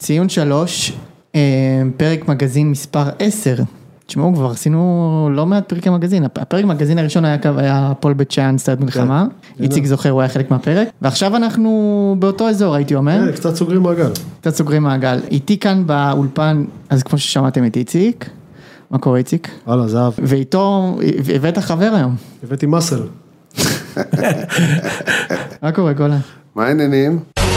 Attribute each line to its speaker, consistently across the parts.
Speaker 1: ציון 3, פרק מגזין מספר 10. תשמעו, כבר עשינו לא מעט פרקי מגזין. הפרק מגזין הראשון היה פול בית שאן, סרט מלחמה. איציק זוכר, הוא היה חלק מהפרק. ועכשיו אנחנו באותו אזור, הייתי אומר.
Speaker 2: קצת סוגרים מעגל.
Speaker 1: קצת סוגרים מעגל. איתי כאן באולפן, אז כמו ששמעתם את איציק. מה קורה איציק?
Speaker 2: הלאה, זהב.
Speaker 1: ואיתו, הבאת חבר היום.
Speaker 2: הבאתי מסל.
Speaker 1: מה קורה, גולן?
Speaker 3: מה העניינים?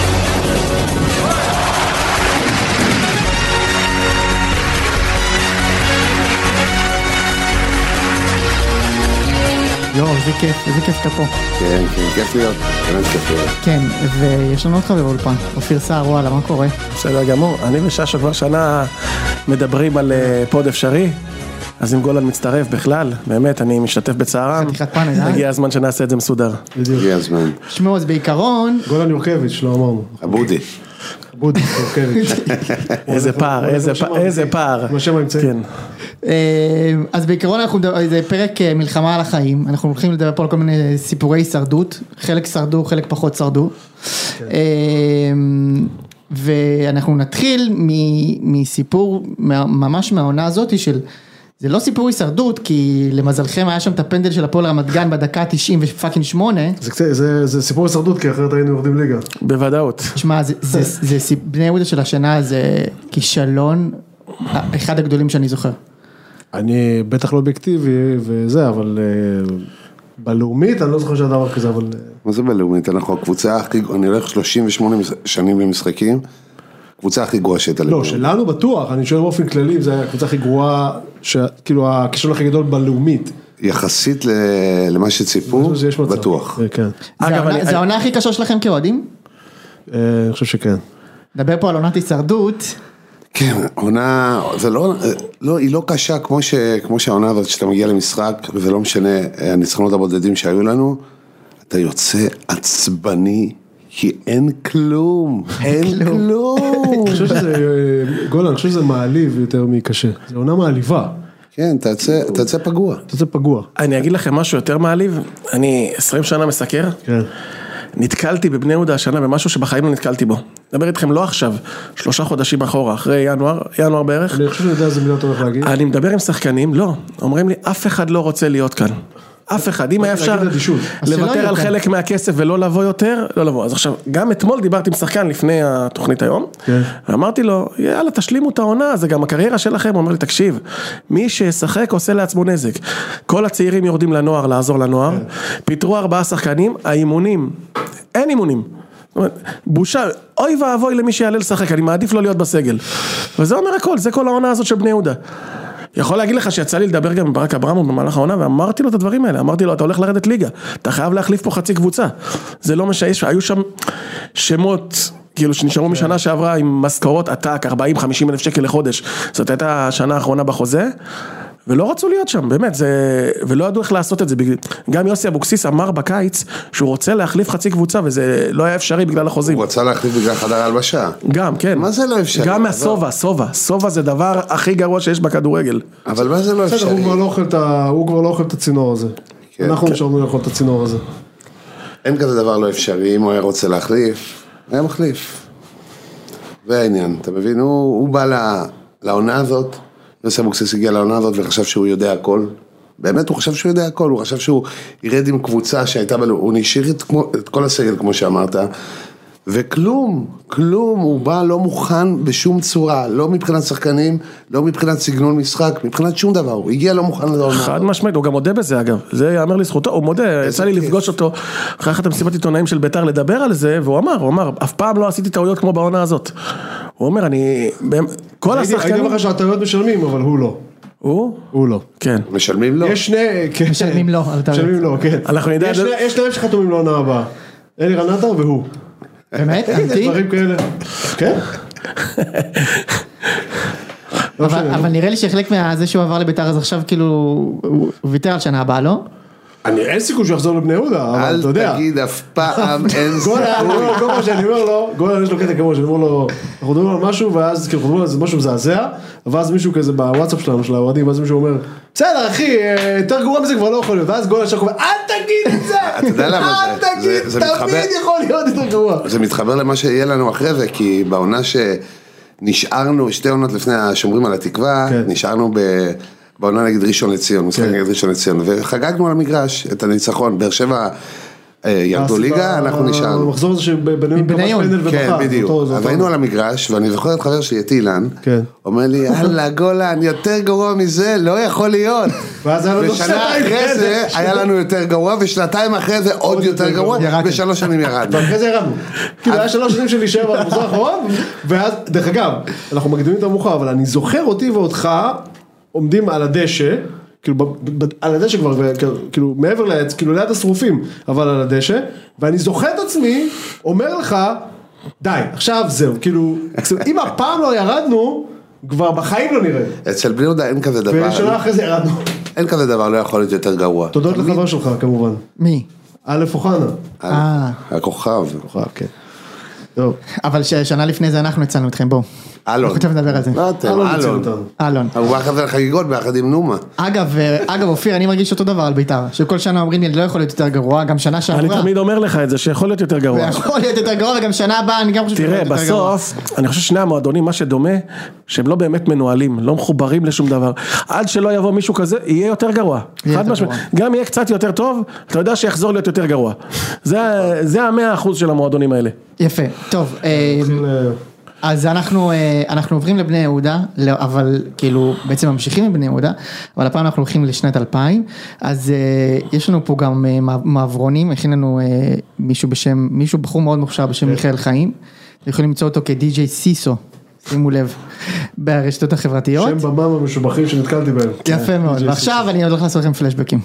Speaker 1: יואו, איזה כיף אתה פה.
Speaker 3: כן, כיף להיות, באמת כיף להיות.
Speaker 1: כן, ויש לנו אותך באולפן, אופיר סער, וואלה, מה קורה?
Speaker 4: בסדר גמור, אני וששה כבר שנה מדברים על פוד אפשרי, אז אם גולן מצטרף בכלל, באמת, אני משתתף בצערם.
Speaker 1: חתיכת פאנל,
Speaker 4: הגיע הזמן שנעשה את זה מסודר.
Speaker 3: הגיע הזמן.
Speaker 1: שמעו, אז בעיקרון...
Speaker 2: גולן יורקביץ', לא אמרנו.
Speaker 3: אבודי.
Speaker 2: אבודי יורקביץ'.
Speaker 4: איזה פער, איזה פער.
Speaker 2: מה שם האמצעים?
Speaker 4: כן.
Speaker 1: אז בעיקרון זה פרק מלחמה על החיים, אנחנו הולכים לדבר פה על כל מיני סיפורי הישרדות, חלק שרדו, חלק פחות שרדו, ואנחנו נתחיל מסיפור ממש מהעונה הזאת של, זה לא סיפור הישרדות, כי למזלכם היה שם את הפנדל של הפועל רמת גן בדקה 98.
Speaker 2: זה סיפור הישרדות, כי אחרת היינו יורדים ליגה.
Speaker 4: בוודאות.
Speaker 1: תשמע, בני יהודה של השנה זה כישלון, אחד הגדולים שאני זוכר. אני
Speaker 2: בטח לא אובייקטיבי וזה, אבל בלאומית אני לא זוכר שהדבר כזה, אבל...
Speaker 3: מה זה בלאומית? אנחנו הקבוצה הכי, אני הולך 38 שנים במשחקים, קבוצה הכי גרועה שהייתה
Speaker 2: לא, שלנו בטוח, אני שואל באופן כללי, זה הקבוצה הכי גרועה, כאילו הכישלון הכי גדול בלאומית.
Speaker 3: יחסית למה שציפו, בטוח.
Speaker 1: זה העונה הכי קשה שלכם כאוהדים?
Speaker 2: אני חושב שכן.
Speaker 1: נדבר פה על עונת הישרדות.
Speaker 3: כן, עונה, זה לא, היא לא קשה כמו שהעונה הזאת, שאתה מגיע למשחק, וזה לא משנה הניצחונות הבודדים שהיו לנו, אתה יוצא עצבני, כי אין כלום, אין כלום.
Speaker 2: אני חושב שזה, גולן, אני חושב שזה מעליב יותר מקשה, זה עונה מעליבה.
Speaker 3: כן, אתה יוצא פגוע.
Speaker 2: אתה יוצא פגוע.
Speaker 4: אני אגיד לכם משהו יותר מעליב, אני 20 שנה מסקר. כן. נתקלתי בבני יהודה השנה במשהו שבחיים לא נתקלתי בו. מדבר איתכם לא עכשיו, 3 חודשים אחורה, אחרי ינואר בערך.
Speaker 2: אני חושב שאני יודע איזה מילה אתה הולך להגיד.
Speaker 4: אני מדבר עם שחקנים, לא, אומרים לי, אף אחד לא רוצה להיות כאן. אף אחד, אם היה אפשר לוותר על חלק מהכסף ולא לבוא יותר, לא לבוא. אז עכשיו, גם אתמול דיברתי עם שחקן לפני התוכנית היום, ואמרתי לו, יאללה, תשלימו את העונה, זה גם הקריירה שלכם. הוא אומר לי, תקשיב, מי ששחק עושה לעצמו נזק. כל הצעירים יורדים לנוער, לעזור לנוער, פיתרו 4 שחקנים, האימונים, אין אימונים. בושה, אוי ואבוי למי שיעלה לשחק, אני מעדיף לא להיות בסגל. וזה אומר הכל, זה כל העונה הזאת של בני יהודה. יכול להגיד לך שיצא לי לדבר גם עם ברק אברמוב במהלך העונה, ואמרתי לו את הדברים האלה, אמרתי לו, אתה הולך לרדת ליגה, אתה חייב להחליף פה חצי קבוצה. זה לא משייש, היו שם שמות, כאילו שנשארו משנה שעברה עם משכורות עתק, 40-50 אלף שקל לחודש, זאת הייתה השנה האחרונה בחוזה, ולא רצו להיות שם, באמת, ולא ידעו איך לעשות את זה, גם יוסי אבוקסיס אמר בקיץ, שהוא רוצה להחליף חצי קבוצה, וזה לא היה אפשרי בגלל החוזים.
Speaker 3: הוא רצה להחליף בגלל חדר הלבשה.
Speaker 4: גם, כן.
Speaker 3: מה זה לא אפשרי?
Speaker 4: גם מהסובה, סובה זה דבר הכי גרוע שיש בכדורגל.
Speaker 3: אבל מה זה לא אפשרי?
Speaker 2: הוא כבר לא אוכל את הצינור הזה. אנחנו נשארנו לאכול את הצינור הזה.
Speaker 3: אין כזה דבר לא אפשרי, אם הוא היה רוצה להחליף, היה מחליף. והעניין, אתה מבין, הוא בא לעונה הזאת, יוסי אבוקסיס הגיע לעונה הזאת וחשב שהוא יודע הכל. באמת הוא חשב שהוא יודע הכל, הוא חשב שהוא ירד עם קבוצה שהייתה בלו, הוא נשאיר את כל הסגל כמו שאמרת, וכלום, הוא בא לא מוכן בשום צורה, לא מבחינת שחקנים, לא מבחינת סגנון משחק, מבחינת שום דבר, הוא הגיע לא מוכן לדבר.
Speaker 4: חד משמעית, הוא גם מודה בזה אגב, זה יאמר לזכותו, הוא מודה, יצא לי לפגוש אותו, אחרי אחת המסיבת עיתונאים של בית"ר לדבר על זה, והוא אמר, אף פעם לא עשיתי טעויות כמו בעונה הזאת. הוא אומר, כל השחקנים...
Speaker 2: הייתי לך שהטעויות משלמים, אבל הוא לא. הוא לא.
Speaker 4: כן.
Speaker 3: משלמים לו?
Speaker 2: יש שני...
Speaker 1: משלמים לו.
Speaker 2: משלמים לו, כן. יש שניים שחתומים לעונה הבאה. אלירן עטר והוא.
Speaker 1: באמת? אמיתי?
Speaker 2: דברים כאלה. כן?
Speaker 1: אבל נראה לי שחלק מהזה שהוא עבר לבית"ר, אז עכשיו כאילו הוא ויתר על שנה הבאה, לא?
Speaker 2: אין סיכוי שיחזור לבני יהודה, אבל אתה יודע.
Speaker 3: אל תגיד אף פעם אין סיכוי.
Speaker 2: כל מה שאני אומר לו, גולן יש לו קטע כמו שאני אומר לו, אנחנו מדברים על משהו, ואז כאילו מדברים על זה משהו מזעזע, ואז מישהו כזה בוואטסאפ שלנו, של האוהדים, ואז מישהו אומר, בסדר אחי, יותר גרוע מזה כבר לא יכול להיות, ואז גולן שחקו, אל תגיד את זה,
Speaker 3: אתה יודע למה זה,
Speaker 2: תמיד יכול להיות יותר גרוע.
Speaker 3: זה מתחבר למה שיהיה לנו אחרי זה, כי בעונה נשארנו, 2 עונות לפני השומרים על התקווה, נשארנו בעונה נגד ראשון לציון, משחק נגד ראשון לציון, וחגגנו על המגרש את הניצחון, באר שבע ירדו ליגה, אנחנו נשארנו.
Speaker 2: המחזור הזה שבניון כבש פנדל ובחר.
Speaker 3: כן, בדיוק. אז היינו על המגרש, ואני זוכר את חבר שלי, את אילן, אומר לי, יאללה גולן, יותר גרוע מזה, לא יכול להיות. ושנה אחרי זה היה לנו יותר גרוע, ושנתיים אחרי זה עוד יותר גרוע, ו3 שנים ירדנו.
Speaker 2: ואחרי זה ירדנו. כאילו היה 3 שנים שלי שבע במחזור האחרון, ואז, דרך אגב, אנחנו מקדימים את המאוחר, אבל אני זוכר אותי ואותך עומדים על הדשא, כאילו על הדשא כבר, כאילו מעבר לעץ, כאילו ליד השרופים, אבל על הדשא, ואני זוכר את עצמי, אומר לך, די, עכשיו זהו, כאילו, אם הפעם לא ירדנו, כבר בחיים לא נראה.
Speaker 3: אצל בני יהודה אין כזה דבר.
Speaker 2: ושנה אחרי זה ירדנו.
Speaker 3: אין כזה דבר, לא יכול להיות יותר גרוע.
Speaker 2: תודות לחבר שלך כמובן.
Speaker 1: מי?
Speaker 2: א' אוחנה.
Speaker 3: הכוכב.
Speaker 2: הכוכב, כן. טוב.
Speaker 1: אבל שנה לפני זה אנחנו הצלנו אתכם, בואו.
Speaker 3: אלון.
Speaker 1: אנחנו תכף נדבר על זה. אלון.
Speaker 3: הוא בא אחרי לחגיגות ביחד עם נומה.
Speaker 1: אגב, אופיר, אני מרגיש אותו דבר על בית"ר, שכל שנה אומרים לי, אני לא יכול להיות יותר גרוע, גם שנה שעברה.
Speaker 4: אני תמיד אומר לך את זה, שיכול להיות יותר גרוע.
Speaker 1: יכול להיות יותר גרוע, וגם שנה הבאה אני גם חושב
Speaker 4: תראה, בסוף, אני חושב שני המועדונים, מה שדומה, שהם לא באמת מנוהלים, לא מחוברים לשום דבר. עד שלא יבוא מישהו כזה, יהיה יותר גרוע. גם יהיה קצת יותר טוב, אתה יודע שיחזור להיות יותר גרוע. זה 100% של המועדונים האלה.
Speaker 1: יפה, טוב. אז אנחנו עוברים לבני יהודה, אבל כאילו בעצם ממשיכים לבני יהודה, אבל הפעם אנחנו הולכים לשנת 2000, אז יש לנו פה גם מעברונים, הכין לנו מישהו בחור מאוד מוכשר בשם מיכאל חיים, יכולים למצוא אותו כדי-ג'יי סיסו, שימו לב, ברשתות החברתיות.
Speaker 2: שם במם המשובחים שנתקלתי בהם.
Speaker 1: יפה מאוד, ועכשיו אני הולך לעשות לכם פלשבקים.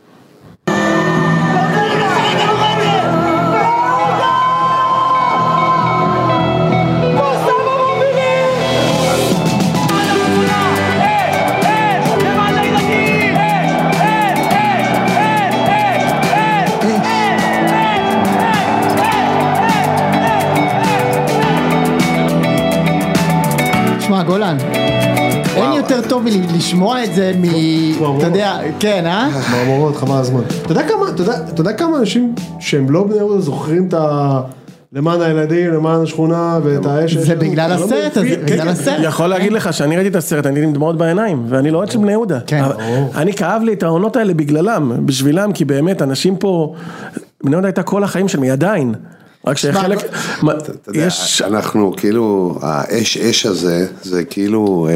Speaker 1: גולן, אין יותר טוב לשמוע את זה אתה יודע, כן,
Speaker 2: מרמורות, חבל הזמן. אתה יודע כמה אנשים שהם לא בני יהודה זוכרים את למען הילדים, למען השכונה ואת האש?
Speaker 1: זה בגלל הסרט הזה, בגלל הסרט.
Speaker 4: יכול להגיד לך שאני ראיתי את הסרט, אני הייתי עם דמעות בעיניים, ואני לא עוד של בני יהודה. אני כאב לי את העונות האלה בגללם, בשבילם, כי באמת אנשים פה, בני יהודה הייתה כל החיים שלהם, עדיין. רק שחלק,
Speaker 3: אנחנו כאילו, האש הזה, זה כאילו,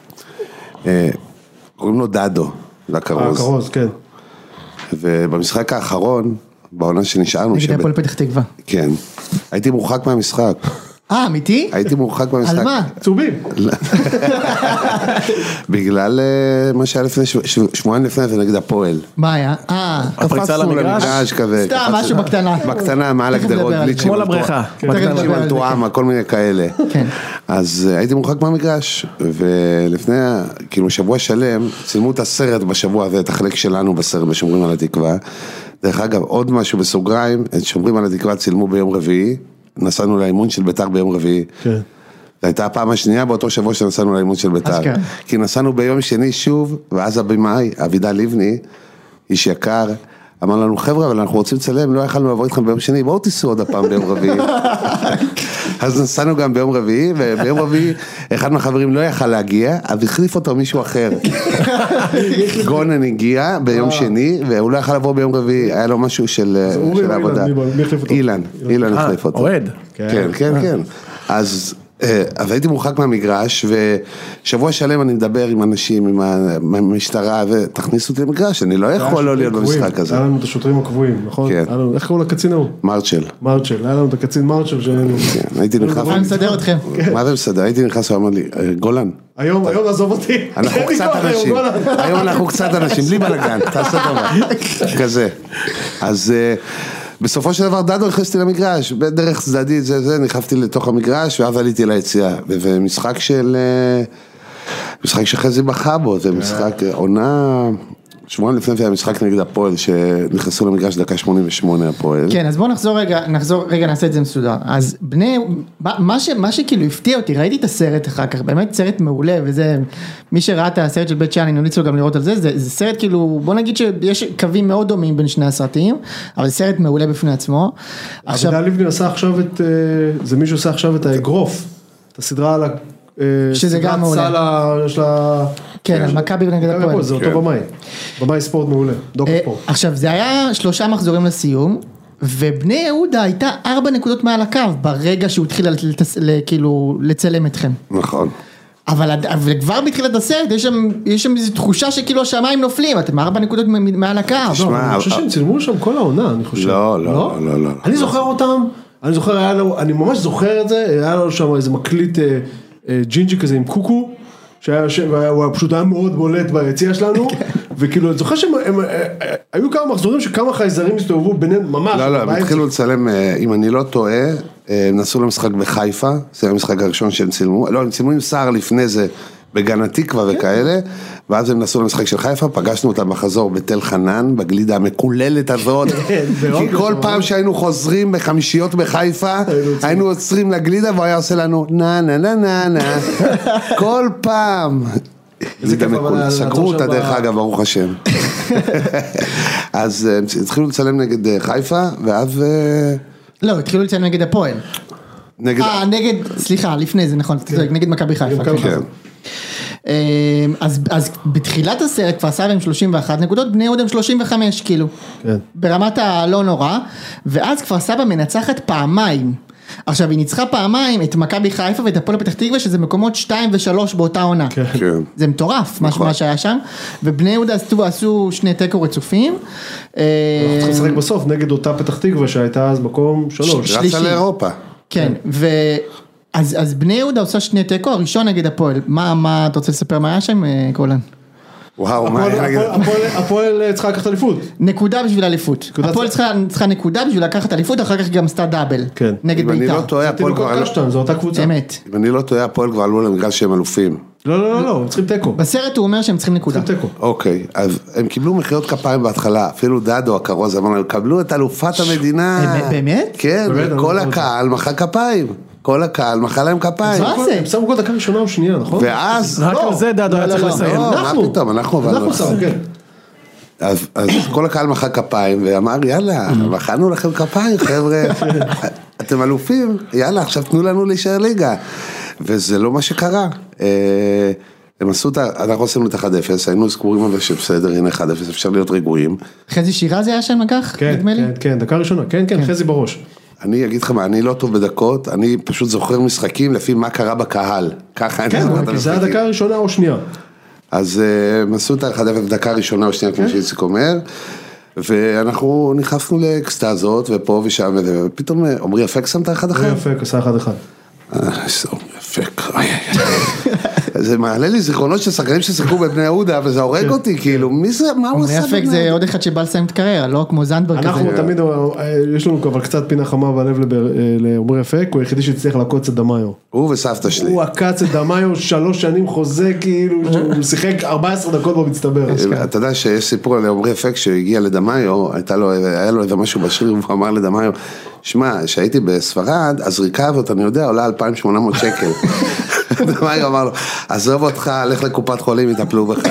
Speaker 3: קוראים לו דדו, לקרוז.
Speaker 2: הקרוז, כן.
Speaker 3: ובמשחק האחרון, בעונה שנשארנו,
Speaker 1: נגד הפועל פתח תקווה.
Speaker 3: כן, הייתי מורחק מהמשחק.
Speaker 1: אמיתי?
Speaker 3: הייתי מורחק במשחק.
Speaker 1: על מה?
Speaker 2: צהובים.
Speaker 3: בגלל מה שהיה לפני, שבועיים לפני זה נגד הפועל.
Speaker 1: מה היה?
Speaker 4: הפריצה למגרש
Speaker 3: כזה.
Speaker 1: סתם, משהו בקטנה.
Speaker 3: בקטנה, מעל הגדרות.
Speaker 4: כמו לבריכה.
Speaker 3: גליצ'ים על תואמה, כל מיני כאלה. אז הייתי מורחק מהמגרש, ולפני, כאילו שבוע שלם, צילמו את הסרט בשבוע הזה, את החלק שלנו בסרט, בשומרים על התקווה. דרך אגב, עוד משהו בסוגריים, את שומרים על התקווה צילמו ביום רביעי, נסענו לאימון של בית"ר ביום רביעי. כן. זו הייתה הפעם השנייה באותו שבוע שנסענו לאימון של בית"ר. כי נסענו ביום שני שוב, ואז הבמאי, אבידע לבני, איש יקר, אמר לנו, חבר'ה, אבל אנחנו רוצים לצלם, לא יכלנו לעבור איתכם ביום שני, בואו תיסעו עוד הפעם ביום רביעי. אז נסענו גם ביום רביעי, וביום רביעי אחד מהחברים לא יכל להגיע, אז החליף אותו מישהו אחר. גונן הגיע ביום שני, והוא לא יכל לעבור ביום רביעי, היה לו משהו של העבודה. אילן החליף אותו.
Speaker 4: אוהד.
Speaker 3: כן, כן, כן. אז הייתי מורחק מהמגרש, ושבוע שלם אני מדבר עם אנשים, עם המשטרה, ותכניסו אותי למגרש, אני לא יכול לא להיות במשחק הזה.
Speaker 2: היה לנו את השוטרים הקבועים, נכון? איך קראו לקצין ההוא?
Speaker 3: מרצ'ל.
Speaker 2: היה לנו את הקצין מרצ'ל שהיינו.
Speaker 3: כן, הייתי נכנס.
Speaker 1: מה מסדר אתכם?
Speaker 3: מה זה מסדר? הייתי נכנס ואמר לי, גולן.
Speaker 2: היום עזוב אותי.
Speaker 3: אנחנו קצת אנשים. היום אנחנו קצת אנשים, בלי בלגן, תעשה טובה. כזה. אז בסופו של דבר דדו הכנסתי למגרש, בדרך צדדית נכנסתי לתוך המגרש, ואז עליתי ליציאה, ומשחק שחזי בכה בו, זה משחק עונה, שבועיים לפני זה היה משחק נגד הפועל, שנכנסו למגרש דקה 88 הפועל.
Speaker 1: כן, אז בואו נחזור רגע, נעשה את זה מסודר. אז מה שכאילו הפתיע אותי, ראיתי את הסרט אחר כך, באמת סרט מעולה, וזה, מי שראה את הסרט של בית שאן, אני ממליץ לו גם לראות על זה, זה סרט כאילו, בוא נגיד שיש קווים מאוד דומים בין שני הסרטים, אבל זה סרט מעולה בפני עצמו.
Speaker 2: אבידע לבני עשה עכשיו זה מישהו עושה עכשיו את האגרוף, את הסדרה
Speaker 1: שזה גם מעולה.
Speaker 2: יש לה...
Speaker 1: כן, על מכבי ונגד הפועל.
Speaker 2: זה אותו במאי. במאי ספורט מעולה, דוקו ספורט.
Speaker 1: עכשיו, זה היה 3 מחזורים לסיום, ובני יהודה הייתה 4 נקודות מעל הקו, ברגע שהוא התחיל כאילו לצלם אתכם.
Speaker 3: נכון.
Speaker 1: אבל כבר בתחילת הסרט, יש שם איזו תחושה שכאילו השמיים נופלים, אתם 4 נקודות מעל הקו.
Speaker 2: אני חושב שהם צילמו שם כל העונה, אני חושב.
Speaker 3: לא.
Speaker 2: אני זוכר אותם, אני ממש זוכר את זה, היה לו שם איזה מקליט ג'ינג'י כזה עם קוקו, שהוא פשוט היה מאוד בולט ביציאה שלנו, וכאילו אני זוכר שהם, היו כמה מחזורים שכמה חייזרים הסתובבו ביניהם ממש.
Speaker 3: לא, הם התחילו לצלם, אם אני לא טועה, נסעו למשחק בחיפה, זה המשחק הראשון שהם צילמו, לא, הם צילמו עם שר לפני זה, בגן התקווה וכאלה, ואז הם נסעו למשחק של חיפה, פגשנו אותם בחזור בתל חנן, בגלידה המקוללת הזאת, כי כל פעם שהיינו חוזרים בחמישיות בחיפה, היינו עוצרים לגלידה, והוא היה עושה לנו נה נה נה נה נה, כל פעם. סגרו אותה דרך אגב, ברוך השם. אז התחילו לצלם נגד חיפה, ואז...
Speaker 1: לא, התחילו לצלם נגד הפועל. נגד, סליחה, לפני זה, נכון, נגד מכבי חיפה. אז בתחילת הסרט כפר סבא עם 31 נקודות, בני יהודה עם 35 כאילו, ברמת הלא נורא, ואז כפר סבא מנצחת פעמיים. עכשיו היא ניצחה פעמיים את מכבי חיפה ואת הפועל פתח תקווה, שזה מקומות 2 ו3 באותה עונה. זה מטורף מה שהיה שם, ובני יהודה עשו 2 תיקו רצופים.
Speaker 2: אנחנו צריכים לשחק בסוף נגד אותה פתח תקווה שהייתה אז מקום 3.
Speaker 3: רצה לאירופה. כן,
Speaker 1: אז בני יהודה עושה 2 תיקו, הראשון נגד הפועל. מה אתה רוצה לספר מה היה שם, קולן?
Speaker 3: וואו, מה היה נגד?
Speaker 2: הפועל צריכה לקחת אליפות.
Speaker 1: נקודה בשביל אליפות. הפועל צריכה נקודה בשביל לקחת אליפות, אחר כך גם עשתה דאבל. נגד בית"ר.
Speaker 3: אם אני לא טועה, הפועל כבר...
Speaker 2: זו אותה קבוצה.
Speaker 1: אמת.
Speaker 3: אם אני לא טועה, הפועל כבר עלו למגרש שהם אלופים.
Speaker 2: לא, הם צריכים תיקו.
Speaker 1: בסרט הוא אומר שהם צריכים נקודה.
Speaker 3: אוקיי, אז הם קיבלו מחיאות כפיים בהתחלה, אפילו דדו הכרוז אמר להם, קבלו את אלופת המדינה.
Speaker 1: באמת?
Speaker 3: כן, כל הקהל מחא כפיים. כל הקהל מחא להם כפיים.
Speaker 1: מה זה?
Speaker 2: הם שמו כל דקה ראשונה או שנייה, נכון?
Speaker 3: ואז...
Speaker 4: רק על זה דדו היה צריך לסיים.
Speaker 3: מה פתאום, אנחנו אז כל הקהל מחא כפיים, ואמר, יאללה, מחאנו לכם כפיים, חבר'ה. אתם אלופים, יאללה, עכשיו תנו לנו להישאר ליגה. וזה לא מה שקרה. הם עשו אנחנו עשינו את 1-0, היינו זכורים אבל שבסדר, הנה 1-0, אפשר להיות רגועים.
Speaker 1: חזי שירה זה היה שם נגח?
Speaker 2: כן, דקה ראשונה, כן, חזי בראש.
Speaker 3: אני אגיד לך מה, אני לא טוב בדקות, אני פשוט זוכר משחקים לפי מה קרה בקהל. ככה אני זוכר את המשחקים.
Speaker 2: זה הדקה הראשונה או שנייה.
Speaker 3: אז הם עשו את 1-0 דקה ראשונה או שנייה, כמו שאיציק אומר, ואנחנו נכנסנו לאקסטזות, ופה ושם, ופתאום עומרי אפק שם את 1-1.
Speaker 2: עומרי אפק עשה 1-1.
Speaker 3: עומרי אפק, זה מעלה לי זיכרונות של שחקנים ששיחקו בבני יהודה, וזה הורג אותי, כאילו, מי זה, מה הוא עושה?
Speaker 1: עומרי אפק זה עוד אחד שבא לסיים את קריירה, לא כמו זנדברג כזה.
Speaker 2: אנחנו תמיד, יש לנו אבל קצת פינה חמה בלב לעומרי אפק, הוא היחידי שצריך לעקוץ את דמיו.
Speaker 3: הוא וסבתא שלי.
Speaker 2: הוא עקץ את דמיו 3 שנים חוזה, כאילו, שהוא שיחק 14 דקות במצטבר.
Speaker 3: אתה יודע שיש סיפור על עומרי אפק שהגיע לדמיו, היה לו איזה משהו בשיר, והוא אמר לדמיו, שמע, שהייתי בספרד, הזריקה הזאת, אני יודע, עולה 2,800 שקל. דמיו אמר לו, עזוב אותך, הלך לקופת חולים, יטפלו בך.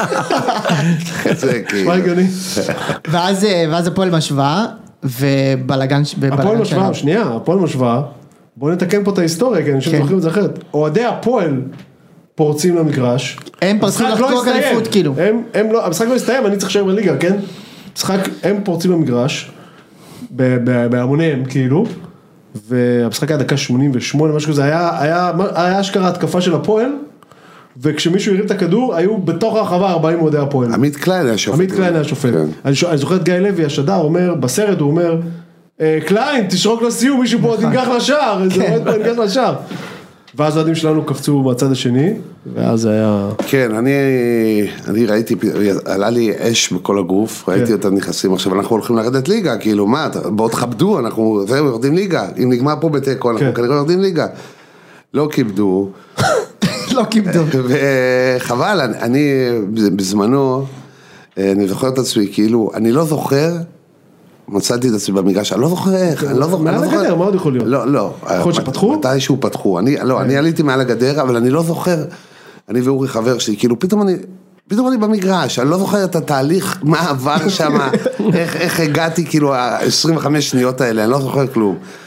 Speaker 3: זה כאילו.
Speaker 2: מה הגיוני?
Speaker 1: ואז הפועל משווה, ובלגן
Speaker 2: הפועל משווה, שנייה, הפועל משווה, בואו נתקן פה את ההיסטוריה, כי אני חושב שזוכרים את זה אחרת. אוהדי הפועל פורצים למגרש.
Speaker 1: הם פרצים לחגוג אליפות, כאילו.
Speaker 2: המשחק לא הסתיים, אני צריך לשאר בליגה, כן? הם פורצים למגרש, בהמוניהם, כאילו, והמשחק היה דקה 88, משהו כזה, היה אשכרה התקפה של הפועל, וכשמישהו הרים את הכדור, היו בתוך הרחבה 40 אוהדי הפועל.
Speaker 3: עמית קליין היה שופט.
Speaker 2: עמית קליין היה שופט. אני זוכר את גיא לוי, השדר, אומר, בסרט הוא אומר, קליין, תשרוק לסיום, מישהו פה תנגח לשער, זה לא תנגח לשער. ואז העדים שלנו קפצו מהצד השני, ואז היה...
Speaker 3: כן, אני ראיתי, עלה לי אש בכל הגוף, ראיתי אותם נכנסים, עכשיו אנחנו הולכים לרדת ליגה, כאילו מה, בואו תכבדו, אנחנו יורדים ליגה, אם נגמר פה בתיקו, אנחנו כנראה יורדים ליגה. לא כיבדו.
Speaker 1: לא כיבדו.
Speaker 3: וחבל, אני בזמנו, אני זוכר את עצמי, כאילו, אני לא זוכר, מצאתי את עצמי במגרש, אני לא זוכר איך, אני לא זוכר.
Speaker 2: מעל הגדר, מה עוד יכול להיות?
Speaker 3: לא.
Speaker 2: יכול שפתחו?
Speaker 3: מתישהו פתחו. אני עליתי מעל הגדר, אבל אני לא זוכר, אני ואורי חבר שלי, כאילו פתאום אני במגרש, אני לא זוכר את התהליך, מה עבר שם, איך הגעתי, כאילו, ה-25 שניות האלה, אני לא זוכר כלום.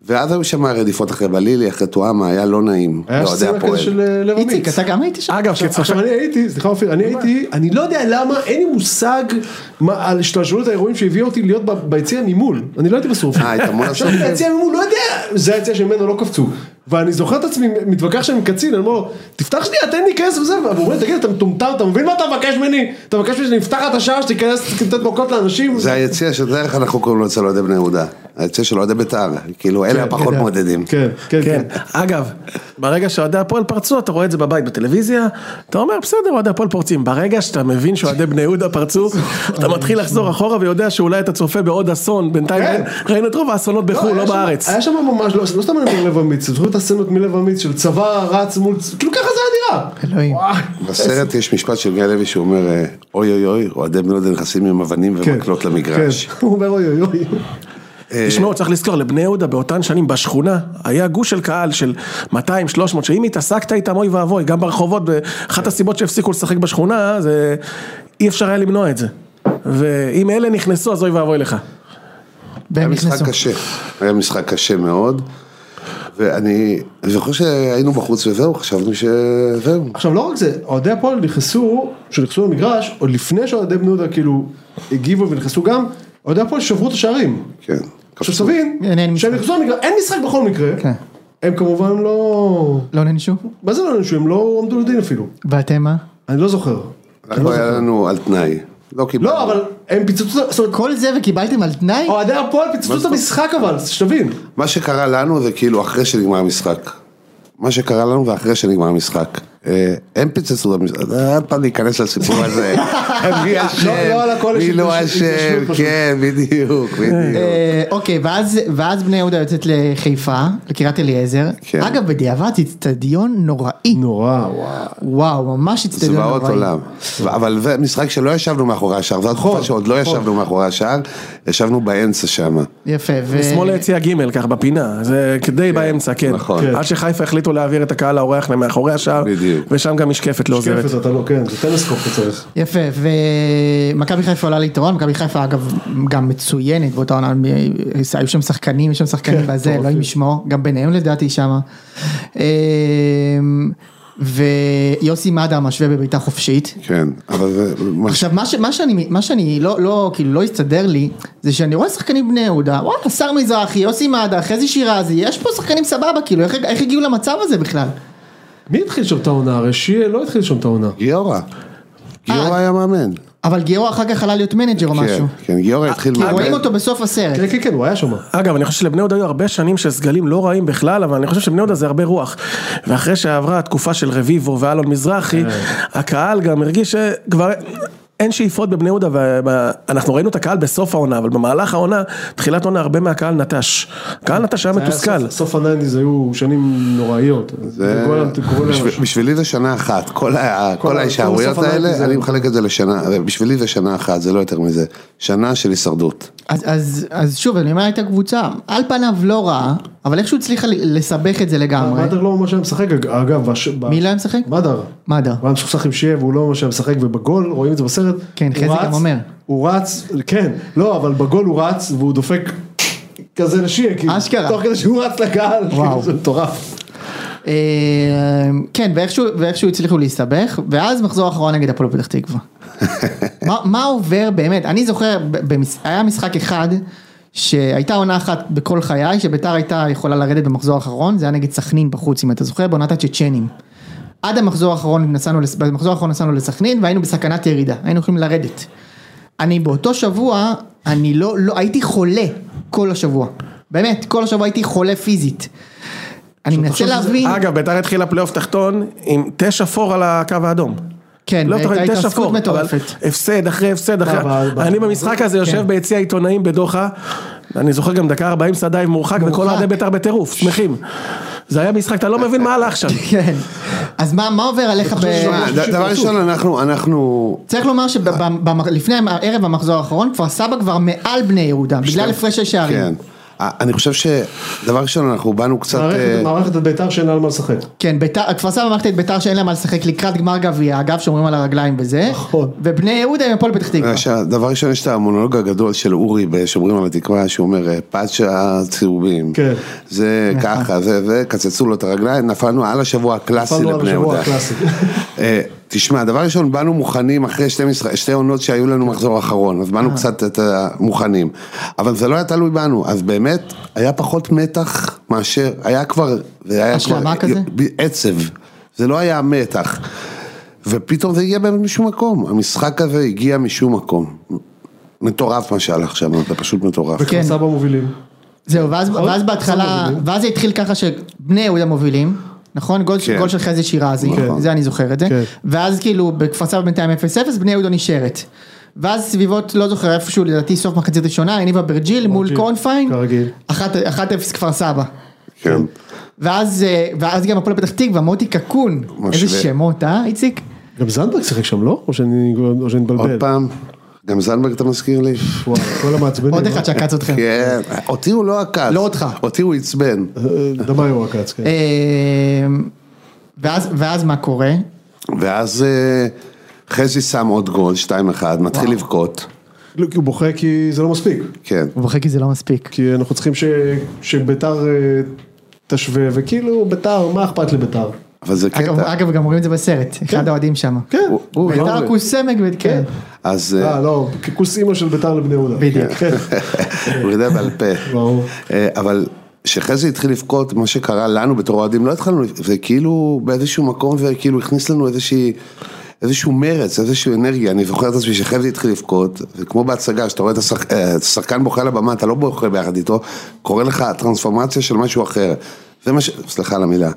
Speaker 3: ואז היו שם רדיפות אחרי בלילי, אחרי תואמה, היה לא נעים.
Speaker 2: היה סצנה כזה של לב אמיץ.
Speaker 1: איציק, אתה גם היית שם?
Speaker 4: אגב,
Speaker 2: עכשיו אני הייתי, סליחה אופיר, אני לא יודע למה, אין לי מושג על השתלשלות האירועים שהביאו אותי להיות ביציע ממול, אני לא הייתי בסוף.
Speaker 3: הייתה מול
Speaker 2: עכשיו ביציע ממול, לא יודע, זה היציע שממנו לא קפצו. ואני זוכר את עצמי, מתווכח שאני מקצין, אני אומר לו, תפתח שנייה, תן לי כנס וזה, והוא אומר, תגיד, אתה מטומטם, אתה מבין מה אתה מבקש ממני? אתה מבקש ממני שאני אפתח את השער, שתיכנס, תתת מכות לאנשים.
Speaker 3: זה היציע שדרך אנחנו קוראים לו אצל אוהדי בני יהודה, היציע של אוהדי בית"ר, כאילו אלה הפחות מעודדים.
Speaker 2: כן, כן.
Speaker 4: אגב, ברגע שאוהדי הפועל פרצו, אתה רואה את זה בבית בטלוויזיה, אתה אומר, בסדר, אוהדי הפועל פורצים. ברגע שאתה מבין שאוהדי בני יהודה פרצו, אתה מתחיל לחזור אחורה ויודע שאולי אתה צופה בעוד אסון, בינתיים ראינו את רוב האסונות בחו"ל, לא בארץ.
Speaker 2: היה שם ממש, לא סתם אני אומר לב אמיץ, זוכרים את הסצנות מלב אמיץ של צבא רץ מול, כאילו ככה זה היה נראה.
Speaker 1: אלוהים.
Speaker 3: בסרט יש משפט של גיא לוי שאומר, אוי אוי אוי, אוהדי בני יהודה נכנסים עם אבנים ומקלות למגרש.
Speaker 2: הוא אומר אוי אוי אוי.
Speaker 4: תשמעו, צריך לזכור, לבני יהודה באותן שנים בשכונה, היה גוש של קהל של 200, 300, שאם התעסקת איתם אוי ואבוי, גם ברחובות, אחת הסיבות שהפסיקו לשחק בשכונה, זה אי אפשר היה למנוע את זה. ואם אלה נכנסו, אז אוי ואבוי לך.
Speaker 3: היה משחק קשה, היה משחק קשה מאוד, ואני זוכר שהיינו בחוץ וזהו, חשבנו שזהו.
Speaker 2: עכשיו לא רק זה, אוהדי הפועל נכנסו למגרש, עוד לפני שאוהדי בני יהודה כאילו הגיבו ונכנסו גם, אוהדי הפועל שברו את השערים.
Speaker 3: כן.
Speaker 2: עכשיו תבין, שהם נכנסו למגרש, אין משחק בכל מקרה, הם כמובן לא
Speaker 1: ננשו?
Speaker 2: מה זה לא ננשו? הם לא עמדו לדין אפילו.
Speaker 1: ואתם מה?
Speaker 2: אני לא זוכר.
Speaker 3: אנחנו היה לנו על תנאי.
Speaker 2: לא, אבל הם פיצצו,
Speaker 1: כל זה וקיבלתם על תנאי?
Speaker 2: אוהדי הפועל פיצצו את המשחק אבל, שתבין.
Speaker 3: מה שקרה לנו זה כאילו אחרי שנגמר המשחק. מה שקרה לנו זה אחרי שנגמר המשחק. הם פיצצו את המשחק, עוד פעם להיכנס לסיפור הזה. מי אשם, מי לא אשם, כן, בדיוק.
Speaker 1: אוקיי, ואז בני יהודה יוצאת לחיפה, לקריית אליעזר. אגב, בדיעבד זה אצטדיון נוראי.
Speaker 2: נורא,
Speaker 1: וואו, ממש אצטדיון נוראי.
Speaker 3: זוועות עולם. אבל זה משחק שלא ישבנו מאחורי השער, זו התקופה שעוד לא ישבנו מאחורי השער, ישבנו באמצע שם.
Speaker 1: יפה.
Speaker 4: שמאל היציע ג' כך בפינה, זה כדי באמצע, כן. עד שחיפה החליטו להעביר את הקהל האורח מאחורי השער, ושם גם משקפת לא עוזרת.
Speaker 2: משקפת, אתה לא, כן, זה טלסקופ אתה צריך.
Speaker 1: יפה, ומכבי חיפה עולה ליתרון, מכבי חיפה אגב גם מצוינת, באותה עונה, היו שם שחקנים, בזה, לא עם משמור, גם ביניהם לדעתי שם. ויוסי מדה משווה בביתה חופשית.
Speaker 3: כן, אבל זה...
Speaker 1: עכשיו, מה שאני לא יסתדר לי, זה שאני רואה שחקנים בני יהודה, וואלה, שר מזרחי, יוסי מדה, חזי שירזי, יש פה שחקנים סבבה, כאילו, איך הגיעו למצב הזה בכלל?
Speaker 2: מי התחיל שם את העונה? רשי לא התחיל שם את העונה.
Speaker 3: גיורא היה מאמן.
Speaker 1: אבל גיורא אחר כך עלה להיות מנג'ר או משהו.
Speaker 3: כן, גיורא התחיל
Speaker 1: כי רואים אותו בסוף הסרט.
Speaker 2: כן, הוא היה שם.
Speaker 4: אגב, אני חושב שלבני יהודה היו הרבה שנים שסגלים לא רעים בכלל, אבל אני חושב שבני יהודה זה הרבה רוח. ואחרי שעברה התקופה של רביבו ואלון מזרחי, הקהל גם הרגיש שכבר... אין שאיפות בבני יהודה, ואנחנו ראינו את הקהל בסוף העונה, אבל במהלך העונה, תחילת העונה, הרבה מהקהל נטש. הקהל נטש היה מתוסכל.
Speaker 2: סוף הניינטיז היו שנים נוראיות.
Speaker 3: בשבילי זה שנה אחת. כל ההישארויות האלה, אני מחלק את זה לשנה, בשבילי זה שנה אחת, זה לא יותר מזה. שנה של הישרדות.
Speaker 1: אז שוב, אני אומר, הייתה קבוצה, על פניו לא רעה, אבל איכשהו הצליחה לסבך את זה לגמרי.
Speaker 2: מדר לא ממש היה משחק, אגב.
Speaker 1: מי לא היה משחק?
Speaker 2: מדר. הוא היה משחק עם שיה, והוא לא ממש היה משחק, ובגול, רואים את זה בסרט.
Speaker 1: כן, חזי גם אומר.
Speaker 2: הוא רץ, כן, לא, אבל בגול הוא רץ, והוא דופק כזה לשיה,
Speaker 1: אשכרה.
Speaker 2: תוך כדי שהוא רץ לקהל, זה מטורף.
Speaker 1: כן, ואיכשהו הצליחו להסתבך, ואז מחזור האחרון נגד הפועל פתח תקווה. מה עובר באמת? אני זוכר, היה משחק אחד, שהייתה עונה אחת בכל חיי, שביתר הייתה יכולה לרדת במחזור האחרון, זה היה נגד סכנין בחוץ, אם אתה זוכר, בעונת הצ'צ'נים. עד המחזור האחרון נסענו לסכנין, והיינו בסכנת ירידה, היינו יכולים לרדת. אני באותו שבוע, אני לא, הייתי חולה כל השבוע. באמת, כל השבוע הייתי חולה פיזית. אני מנסה להבין...
Speaker 4: אגב, ביתר התחילה פלייאוף תחתון, עם 9 פור על הקו האדום.
Speaker 1: כן,
Speaker 4: הייתה התעסקות מטורפת. הפסד אחרי הפסד אחרי, אני במשחק הזה יושב ביציע העיתונאים בדוחה, אני זוכר גם דקה 40 סדייב מורחק, וכל עדי ביתר בטירוף, שמחים. זה היה משחק, אתה לא מבין מה הלך שם.
Speaker 1: כן, אז מה עובר עליך
Speaker 3: דבר ראשון, אנחנו...
Speaker 1: צריך לומר שלפני הערב המחזור האחרון, כפר סבא כבר מעל בני יהודה, בגלל הפרש השערים.
Speaker 3: כן, אני חושב שדבר ראשון אנחנו באנו קצת...
Speaker 2: מערכת את ביתר שאין לה מה לשחק.
Speaker 1: כן, כפר סבא מערכת את ביתר שאין לה מה לשחק לקראת גמר גביע, אגב שומרים על הרגליים בזה,
Speaker 2: נכון.
Speaker 1: ובני יהודה הם הפועל פתח תקווה.
Speaker 3: דבר ראשון יש את המונולוג הגדול של אורי בשומרים על התקווה, שהוא אומר, פאצ'ה צהובים,
Speaker 2: כן.
Speaker 3: זה ככה, זה, קצצו לו את הרגליים, נפלנו על השבוע הקלאסי לבני יהודה. תשמע, דבר ראשון, באנו מוכנים אחרי שתי עונות שהיו לנו מחזור אחרון, אז באנו קצת מוכנים, אבל זה לא היה תלוי בנו, אז באמת היה פחות מתח מאשר, היה כבר,
Speaker 1: השלמה כזה?
Speaker 3: עצב, זה לא היה מתח, ופתאום זה הגיע באמת משום מקום, המשחק הזה הגיע משום מקום, מטורף מה שהלך שם, זה פשוט מטורף.
Speaker 2: וכפר סבא מובילים.
Speaker 1: זהו, ואז בהתחלה, ואז זה התחיל ככה שבני יהודה מובילים, נכון? גול של חזי שירזי, זה אני זוכר את זה, ואז כאילו בכפר סבא בינתיים 0-0, בני יהודה נשארת, ואז סביבות, לא זוכר איפשהו, לדעתי סוף מחצית ראשונה, הניב אברג'יל מול קורנפיין, 1-0 כפר סבא.
Speaker 3: כן.
Speaker 1: ואז גם הפועל פתח תקווה, מוטי קקון, איזה שמות, איציק?
Speaker 2: גם זנדברג שיחק שם, לא? או שאני מתבלבל?
Speaker 3: עוד פעם, גם זנדברג אתה מזכיר לי?
Speaker 2: וואו, כל המעצבנים.
Speaker 1: עוד אחד שעקץ אתכם.
Speaker 3: כן, אותי הוא לא עקץ.
Speaker 1: לא אותך.
Speaker 3: אותי הוא עצבן.
Speaker 2: דמה הוא עקץ, כן.
Speaker 1: ואז מה קורה?
Speaker 3: ואז חזי שם עוד גול, 2-1, מתחיל לבכות.
Speaker 2: כי הוא בוכה כי זה לא מספיק.
Speaker 3: כן.
Speaker 1: הוא בוכה כי זה לא מספיק.
Speaker 2: כי אנחנו צריכים שביתר תשווה, וכאילו ביתר, מה אכפת לביתר?
Speaker 3: אבל זה קטע.
Speaker 1: אגב, גם רואים את זה בסרט, אחד האוהדים שם.
Speaker 2: כן.
Speaker 1: ביתר כוסמק, כן.
Speaker 3: אז...
Speaker 2: לא, ככוס אימא של ביתר לבני יהודה.
Speaker 1: בדיוק.
Speaker 3: הוא יודע בעל פה.
Speaker 2: ברור.
Speaker 3: אבל שחזי התחיל לבכות, מה שקרה לנו בתור אוהדים, לא התחלנו, וכאילו באיזשהו מקום, וכאילו הכניס לנו איזשהו מרץ, איזשהו אנרגיה. אני זוכר את עצמי שחזי התחיל לבכות, וכמו בהצגה, שאתה רואה את השחקן בוכה לבמה, אתה לא בוכה ביחד איתו, קורא לך טרנספורמציה של משהו אחר. זה מה סליחה על המילה,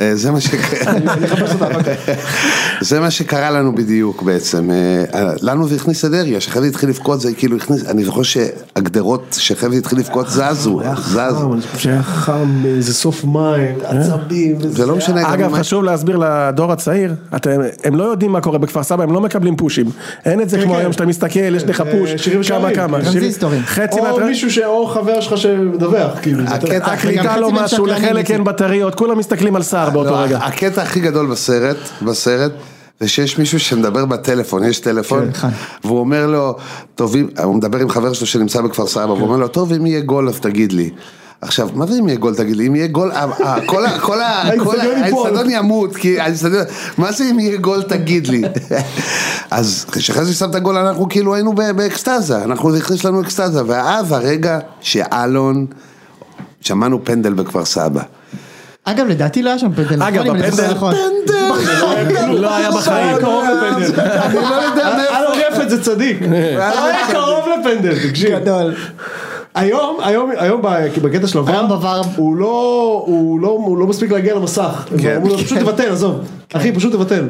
Speaker 3: זה מה שקרה לנו בדיוק בעצם, לנו זה הכניס אנרגיה, שחזי התחיל לבכות זה כאילו הכניס, אני זוכר שהגדרות שחזי התחיל לבכות זזו,
Speaker 2: אני חושב שהיה חם, איזה סוף מים, עצבים,
Speaker 3: זה לא משנה.
Speaker 4: אגב חשוב להסביר לדור הצעיר, הם לא יודעים מה קורה בכפר סבא, הם לא מקבלים פושים, אין את זה כמו היום שאתה מסתכל, יש לך פוש, כמה,
Speaker 2: או מישהו או חבר שלך שמדווח,
Speaker 4: הקליטה לא משהו, לחלק אין בטריות, כולם מסתכלים על סער באותו רגע.
Speaker 3: הקטע הכי גדול בסרט, זה שיש מישהו שמדבר בטלפון, יש טלפון, והוא אומר לו, טוב, הוא מדבר עם חבר שלו שנמצא בכפר סבא, והוא אומר לו, טוב, אם יהיה גול, אז תגיד לי. עכשיו, מה זה אם יהיה גול, תגיד לי? אם יהיה גול, כל האצטדיון ימות, מה זה אם יהיה גול, תגיד לי? אז כשחזי שם את הגול, אנחנו כאילו היינו באקסטאזה, אנחנו הכניס לנו אקסטאזה, ואז הרגע שאלון, שמענו פנדל בכפר סבא.
Speaker 1: אגב, לדעתי לא היה שם פנדל.
Speaker 4: אגב, בפנדל, לא היה בחיים.
Speaker 2: אני לא יודע מאיפה. אלון רפת זה צדיק. היה קרוב לפנדל, תקשיב.
Speaker 1: גדול.
Speaker 2: היום בקטע של עבר, הוא לא מספיק להגיע למסך. הוא פשוט תבטל, עזוב. אחי, פשוט תבטל.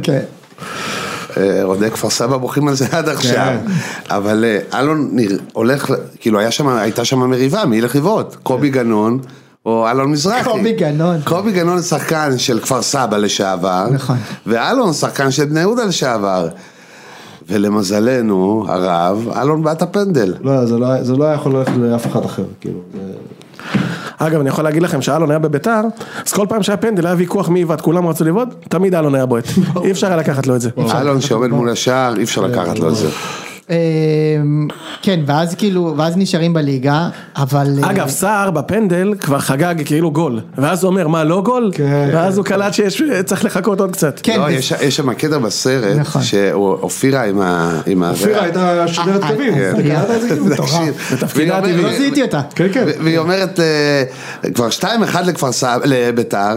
Speaker 3: רודק כפר סבא בוכים על זה עד עכשיו, אבל אלון הולך, כאילו הייתה שם מריבה, מי ילך לבעוט? קובי גנון או אלון מזרחי. קובי גנון שחקן של כפר סבא לשעבר, ואלון שחקן של בני יהודה לשעבר, ולמזלנו הרב, אלון באת הפנדל.
Speaker 2: לא, זה לא היה יכול ללכת לאף אחד אחר, כאילו.
Speaker 4: אגב, אני יכול להגיד לכם שאלון היה בביתר, אז כל פעם שהיה פנדל, היה ויכוח מי עיוות, כולם רצו לבעוט, תמיד אלון היה בועט. אי אפשר לקחת לו את זה.
Speaker 3: אלון שעומד מול השער, אי אפשר לקחת לו את זה.
Speaker 1: כן, ואז נשארים בליגה, אבל...
Speaker 4: אגב, סער בפנדל כבר חגג כאילו גול, ואז הוא אומר, מה, לא גול? ואז הוא קלט שצריך לחכות עוד קצת.
Speaker 3: לא, יש שם קטע בסרט, שאופירה עם...
Speaker 2: אופירה הייתה שדרת קווים, אתה קלט את זה כאילו
Speaker 4: בתפקידה הטבעי.
Speaker 1: לא זיהיתי אותה.
Speaker 3: והיא אומרת, כבר 2-1 לביתר,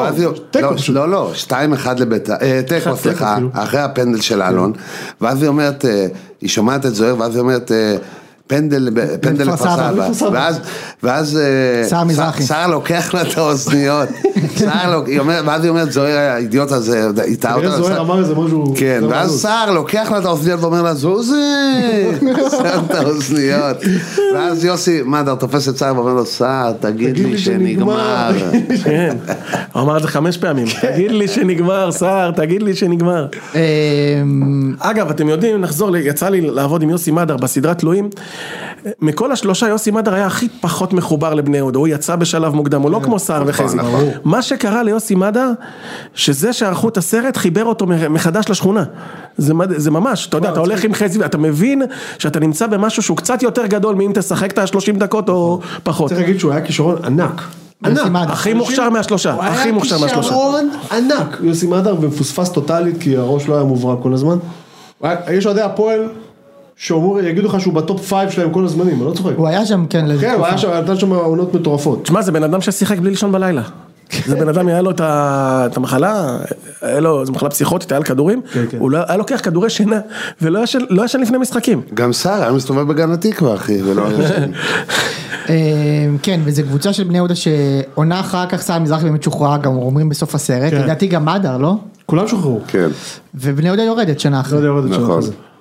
Speaker 3: לא, 2-1 לביתר, תיקו, סליחה, אחרי הפנדל של אלון, ואז היא אומרת, היא שומעת את זוהר, ואז היא אומרת, פנדל לפסה, ואז סער לוקח לה את האוזניות, ואז היא אומרת, זוהר האידיוט הזה, איתה אותה,
Speaker 2: זוהר אמר איזה משהו,
Speaker 3: כן, ואז סער לוקח לה את האוזניות, ואומר לה, זוזי, שם את האוזניות, ואז יוסי מדר תופס את סער, ואומר לו, סער, תגיד לי שנגמר.
Speaker 4: כן, הוא אמר את זה 5 פעמים, תגיד לי שנגמר, סער, תגיד לי שנגמר. אגב, אתם יודעים, נחזור, יצא לי לעבוד עם יוסי מדר בסדרת תלויים, מכל השלושה יוסי מדר היה הכי פחות מחובר לבני יהודה, הוא יצא בשלב מוקדם, הוא לא כמו סער וחזי. מה שקרה ליוסי מדר, שזה שערכו את הסרט, חיבר אותו מחדש לשכונה. זה ממש, אתה יודע, אתה הולך עם חזי, ואתה מבין שאתה נמצא במשהו שהוא קצת יותר גדול, מאם תשחק את ה-30 דקות או פחות.
Speaker 2: צריך להגיד שהוא היה כישרון ענק.
Speaker 4: הכי מוכשר מהשלושה, הכי מוכשר מהשלושה.
Speaker 2: הוא היה כישרון ענק, יוסי מדר, ומפוספס טוטלית, כי הראש לא היה מוברק כל הזמן. יש עוד הפועל, יגידו לך שהוא בטופ 5 שלהם כל הזמנים, אני לא צוחק.
Speaker 1: הוא היה שם, כן,
Speaker 2: כן, הוא היה שם, נתן שם עונות מטורפות.
Speaker 4: תשמע, זה בן אדם ששיחק בלי לישון בלילה. זה בן אדם, היה לו את המחלה, היה לו, זו מחלה פסיכוטית, היה לו כדורים, הוא היה לוקח כדורי שינה, ולא ישן לפני משחקים.
Speaker 3: גם סער, היה מסתובב בגן התקווה, אחי, ולא ישן.
Speaker 1: כן, וזו קבוצה של בני יהודה שעונה אחר כך סער מזרחי באמת שוחררה, גם אומרים בסוף הסרט, לדעתי גם מדר, לא?
Speaker 2: כולם שוחררו.
Speaker 3: כן.
Speaker 1: ובני יהודה יורדת שנה אחרי.
Speaker 3: נכון.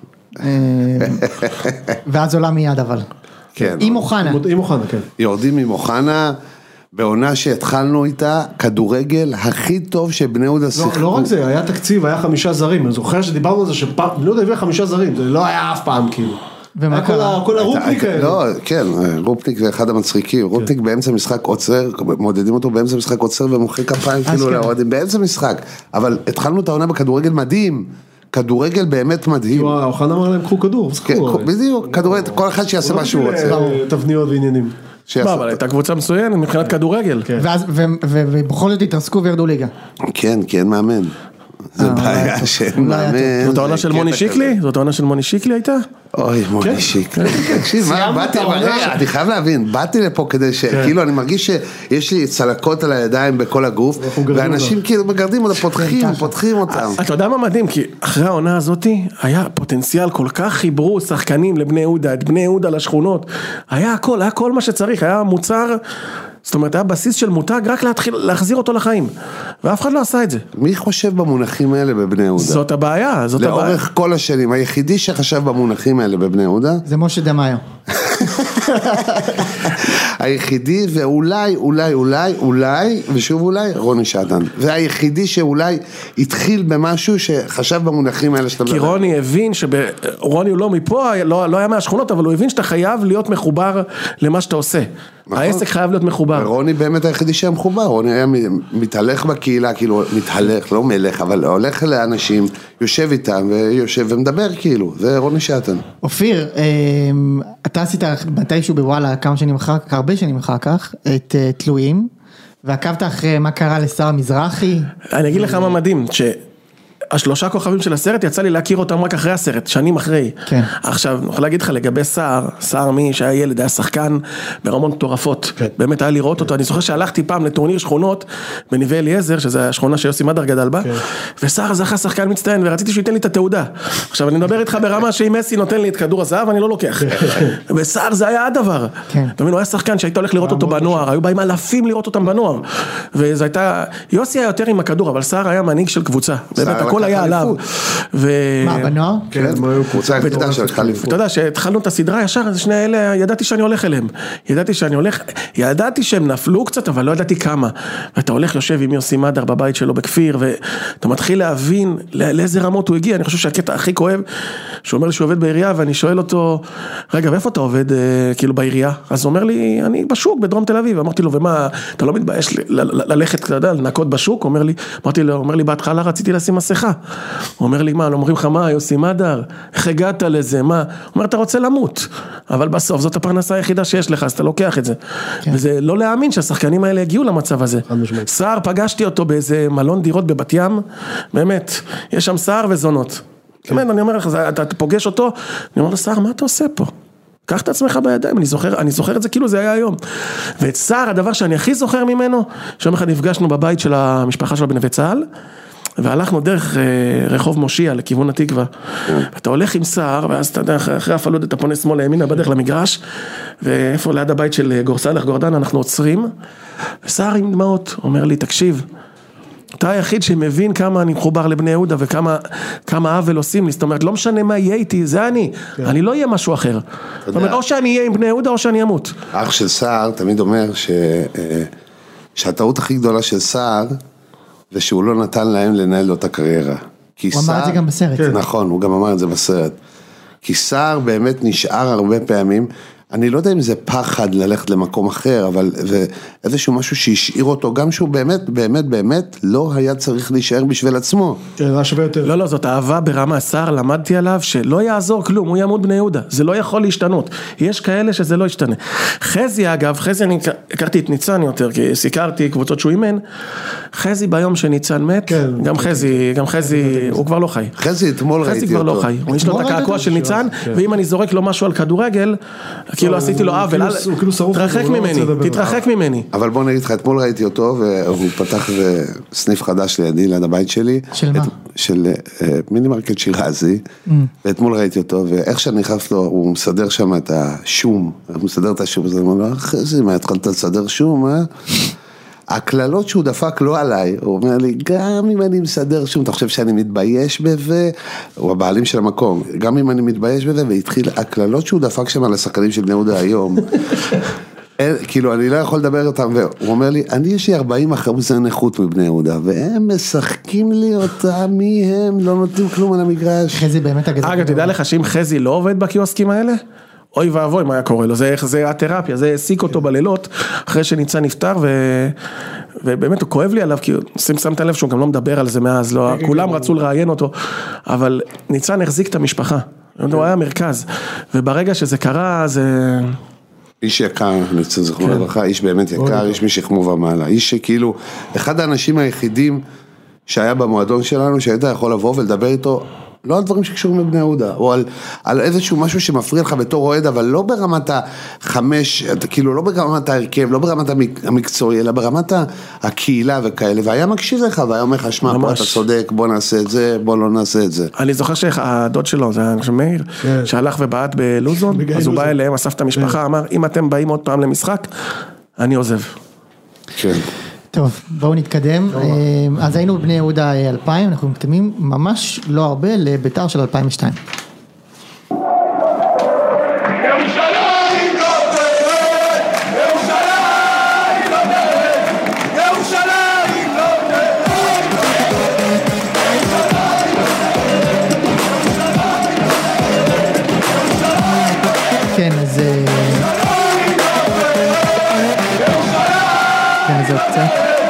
Speaker 1: ואז עולה מיד אבל.
Speaker 3: כן.
Speaker 1: עם אוחנה.
Speaker 2: עם אוחנה, כן.
Speaker 3: יורדים עם אוחנה, בעונה שהתחלנו איתה, כדורגל הכי טוב שבני יהודה שיחקו.
Speaker 2: לא רק זה, היה תקציב, היה 5 זרים, אני זוכר שדיברנו על זה שפעם, בני יהודה הביא 5 זרים, זה לא היה אף פעם כאילו.
Speaker 1: ומה קרה?
Speaker 2: כל הרופניק האלה.
Speaker 3: לא, כן, רופניק זה אחד המצחיקים, רופניק באמצע משחק עוצר, מודדים אותו באמצע משחק עוצר ומוחא כפיים כאילו לאוהדים, באמצע משחק, אבל התחלנו את העונה בכדורגל מדהים, כדורגל באמת מדהים.
Speaker 2: אוחנה אמר להם, קחו כדור,
Speaker 3: בדיוק, כדורגל, כל אחד שיעשה מה שהוא רוצה.
Speaker 2: תבניות ועניינים.
Speaker 4: אבל הייתה קבוצה מצוינת מבחינת כדורגל.
Speaker 1: ובכל זאת התרסקו וירדו ליגה.
Speaker 3: כן, כן, מאמן. זה בעיה שאין מאמן.
Speaker 4: זאת העונה של מוני שיקלי? זאת העונה של מוני שיקלי הייתה?
Speaker 3: אוי, מוני שיקלי. תקשיב, אני חייב להבין, באתי לפה כדי שכאילו אני מרגיש שיש לי צלקות על הידיים בכל הגוף, ואנשים כאילו מגרדים אותם, פותחים אותם.
Speaker 4: אתה יודע מה מדהים? כי אחרי העונה הזאת היה פוטנציאל, כל כך חיברו שחקנים לבני יהודה, את בני יהודה לשכונות, היה הכל, היה כל מה שצריך, היה מוצר, זאת אומרת, היה בסיס של מותג, רק להחזיר אותו לחיים, ואף אחד לא עשה את זה.
Speaker 3: מי חושב במונחים האלה בבני יהודה?
Speaker 4: זאת הבעיה, זאת הבעיה.
Speaker 3: לאורך כל השנים, היחידי שחשב במונחים האלה בבני יהודה?
Speaker 1: זה משה דמאיו.
Speaker 3: היחידי, ואולי, ושוב אולי, רוני שטן. זה היחידי שאולי התחיל במשהו שחשב במונחים האלה שאתה מדבר.
Speaker 4: כי רוני הבין רוני הוא לא מפה, לא היה מהשכונות, אבל הוא הבין שאתה חייב להיות מחובר למה שאתה עושה. העסק חייב להיות מחובר.
Speaker 3: רוני באמת היחידי שהיה מחובר, רוני היה מתהלך בקהילה, כאילו מתהלך, לא מלך, אבל הולך לאנשים, יושב איתם ויושב ומדבר כאילו, זה רוני שטן.
Speaker 1: אופיר, אתה עשית מתישהו בוואלה כמה שנים אחר כך, הרבה שנים אחר כך, את תלויים, ועקבת אחרי מה קרה לסער מזרחי.
Speaker 4: אני אגיד לך מה מדהים, השלושה כוכבים של הסרט, יצא לי להכיר אותם רק אחרי הסרט, שנים אחרי.
Speaker 1: כן.
Speaker 4: עכשיו, אני יכול להגיד לך לגבי סער מי שהיה ילד, היה שחקן ברמות מטורפות. כן. באמת היה לראות אותו. אני זוכר שהלכתי פעם לטורניר שכונות, בנווה אליעזר, שזו השכונה שיוסי מדר גדל בה, כן. וסער זכה שחקן מצטיין, ורציתי שהוא ייתן לי את התעודה. עכשיו, אני מדבר איתך ברמה שאם מסי נותן לי את כדור הזהב, אני לא לוקח. וסער זה היה הדבר. כן. אתה מבין, הוא היה שחקן שהיית הולך לראות אותו בנוער, היו באים אלפים לראות אותם בנוער. וזה הייתה, יוסי היה יותר עם הכדור, אבל סער היה מנהיג של קבוצה. באמת, הכל היה עליו.
Speaker 1: מה, בנוער?
Speaker 3: כן, קבוצה היחידה של חליפות.
Speaker 4: אתה יודע, שהתחלנו את הסדרה ישר, אז שני אלה, ידעתי שאני הולך אליהם. ידעתי שהם נפלו קצת, אבל לא ידעתי כמה. ואתה הולך, יושב עם יוסי מדר בבית שלו בכפיר, ואתה מתחיל להבין לאיזה רמות הוא הגיע. אני חושב שהקטע הכי כואב, שהוא אומר לי שהוא עובד בעירייה, ואני שואל אותו, רגע, ואיפה אתה עובד כאילו בעירייה? אז הוא אומר לי, אני בשוק, בדרום תל אביב. אמרתי לו, ומה, אתה לא מתבייש ללכת, אתה יודע, לנקות בשוק? אומר לי, בהתחלה רציתי לשים מסכה. הוא אומר לי, מה, לא אומרים לך מה, יוסי מדר, איך הגעת לזה, מה? הוא אומר, אתה רוצה למות, אבל בסוף זאת הפרנסה היחידה שיש לך, אז אתה לוקח את זה. כן. וזה לא להאמין שהשחקנים האלה הגיעו למצב הזה. סער, פגשתי אותו באיזה מלון דירות בבת ים, באמת, יש שם סער וזונות. כן. באמת, אני אומר לך, אתה פוגש אותו, אני אומר לו, סער, מה אתה עושה פה? קח את עצמך בידיים, אני זוכר את זה כאילו זה היה היום. ואת סער, הדבר שאני הכי זוכר ממנו, שיום אחד נפגשנו בבית של המשפחה שלו בנווה צהל, והלכנו דרך רחוב מושיע לכיוון התקווה, ואתה הולך עם סער, ואז אתה יודע, אחרי הפעלות אתה פונה שמאל לימינה בדרך למגרש, ואיפה ליד הבית של גורסלח גורדן אנחנו עוצרים, וסער עם דמעות אומר לי, תקשיב, אתה היחיד שמבין כמה אני מחובר לבני יהודה, וכמה עוול עושים לי, זאת אומרת, לא משנה מה יהיה איתי, זה אני לא אהיה משהו אחר. זאת אומרת, או שאני אהיה עם בני יהודה, או שאני אמות.
Speaker 3: אח של סער תמיד אומר שהטעות הכי גדולה של סער, זה שהוא לא נתן להם לנהל לו את הקריירה.
Speaker 1: הוא אמר את זה גם בסרט.
Speaker 3: נכון, הוא גם אמר את זה בסרט. כי סער באמת נשאר הרבה פעמים, אני לא יודע אם זה פחד ללכת למקום אחר, אבל זה איזשהו משהו שהשאיר אותו, גם שהוא באמת, באמת, באמת, לא היה צריך להישאר בשביל עצמו.
Speaker 2: כן, זה שווה יותר.
Speaker 4: לא, זאת אהבה ברמה, סער, למדתי עליו שלא יעזור כלום, הוא ימות בני יהודה, זה לא יכול להשתנות, יש כאלה שזה לא ישתנה. חזי אגב, חזי אני הכרתי את ניצן יותר, כי סיקרתי קבוצות שהוא אימן, חזי ביום שניצן מת, גם חזי, הוא כבר לא חי.
Speaker 3: חזי אתמול ראיתי אותו.
Speaker 4: חזי כבר לא חי, יש לו את הקעקוע של ניצן, ואם אני זורק לו משהו על כדורגל, כאילו עשיתי לו עוול, תתרחק ממני.
Speaker 3: אבל בוא נגיד לך, אתמול ראיתי אותו, והוא פתח סניף חדש לידי, ליד הבית שלי.
Speaker 1: של מה?
Speaker 3: של מינימרקט שירזי, ואתמול ראיתי אותו, ואיך שאני נכנס לו, הוא מסדר שם את השום, הוא מסדר את השום, אז אני אומר לו, אחרי זה, מה התחלת לסדר שום, הכללות שהוא דפק לא עליי, הוא אומר לי, גם אם אני מסדר שום, אתה חושב שאני מתבייש בזה, הוא הבעלים של המקום, גם אם אני מתבייש בזה, והתחיל, הכללות שהוא דפק שם על השחקנים של בני יהודה היום, כאילו אני לא יכול לדבר אותם, והוא אומר לי, אני יש לי 40% נכות מבני יהודה, והם משחקים לי אותה, מי הם, לא נותנים כלום על המגרש.
Speaker 1: חזי באמת הגדול.
Speaker 4: אגב, תדע לך שאם חזי לא עובד בקיוסקים האלה, אוי ואבוי מה היה קורה לו, זה התרפיה, זה העסיק אותו בלילות, אחרי שניצן נפטר, ובאמת הוא כואב לי עליו, כי שמת לב שהוא גם לא מדבר על זה מאז, לא, כולם רצו לראיין אותו, אבל ניצן החזיק את המשפחה, הוא היה מרכז, וברגע שזה קרה, זה...
Speaker 3: איש יקר, ניצן זכרונו לברכה, איש באמת יקר, איש משכמו ומעלה, איש שכאילו, אחד האנשים היחידים שהיה במועדון שלנו, שהיית יכול לבוא ולדבר איתו, לא על דברים שקשורים לבני יהודה, או על איזשהו משהו שמפריע לך בתור אוהד, אבל לא ברמת החמש, כאילו לא ברמת ההרכב, לא ברמת המקצועי, אלא ברמת הקהילה וכאלה, והיה מקשיב לך, והיה אומר לך, שמע, פה אתה צודק, בוא נעשה את זה, בוא לא נעשה את זה.
Speaker 4: אני זוכר שהדוד שלו, זה היה מאיר, שהלך ובעט בלוזון, אז הוא בא אליהם, אסף את המשפחה, אמר, אם אתם באים עוד פעם למשחק, אני עוזב.
Speaker 3: כן.
Speaker 1: טוב, בואו נתקדם, אז היינו בבני יהודה 2000, אנחנו מתקדמים ממש לא הרבה לביתר של 2002. כן, אז... כן, אז זה קצת.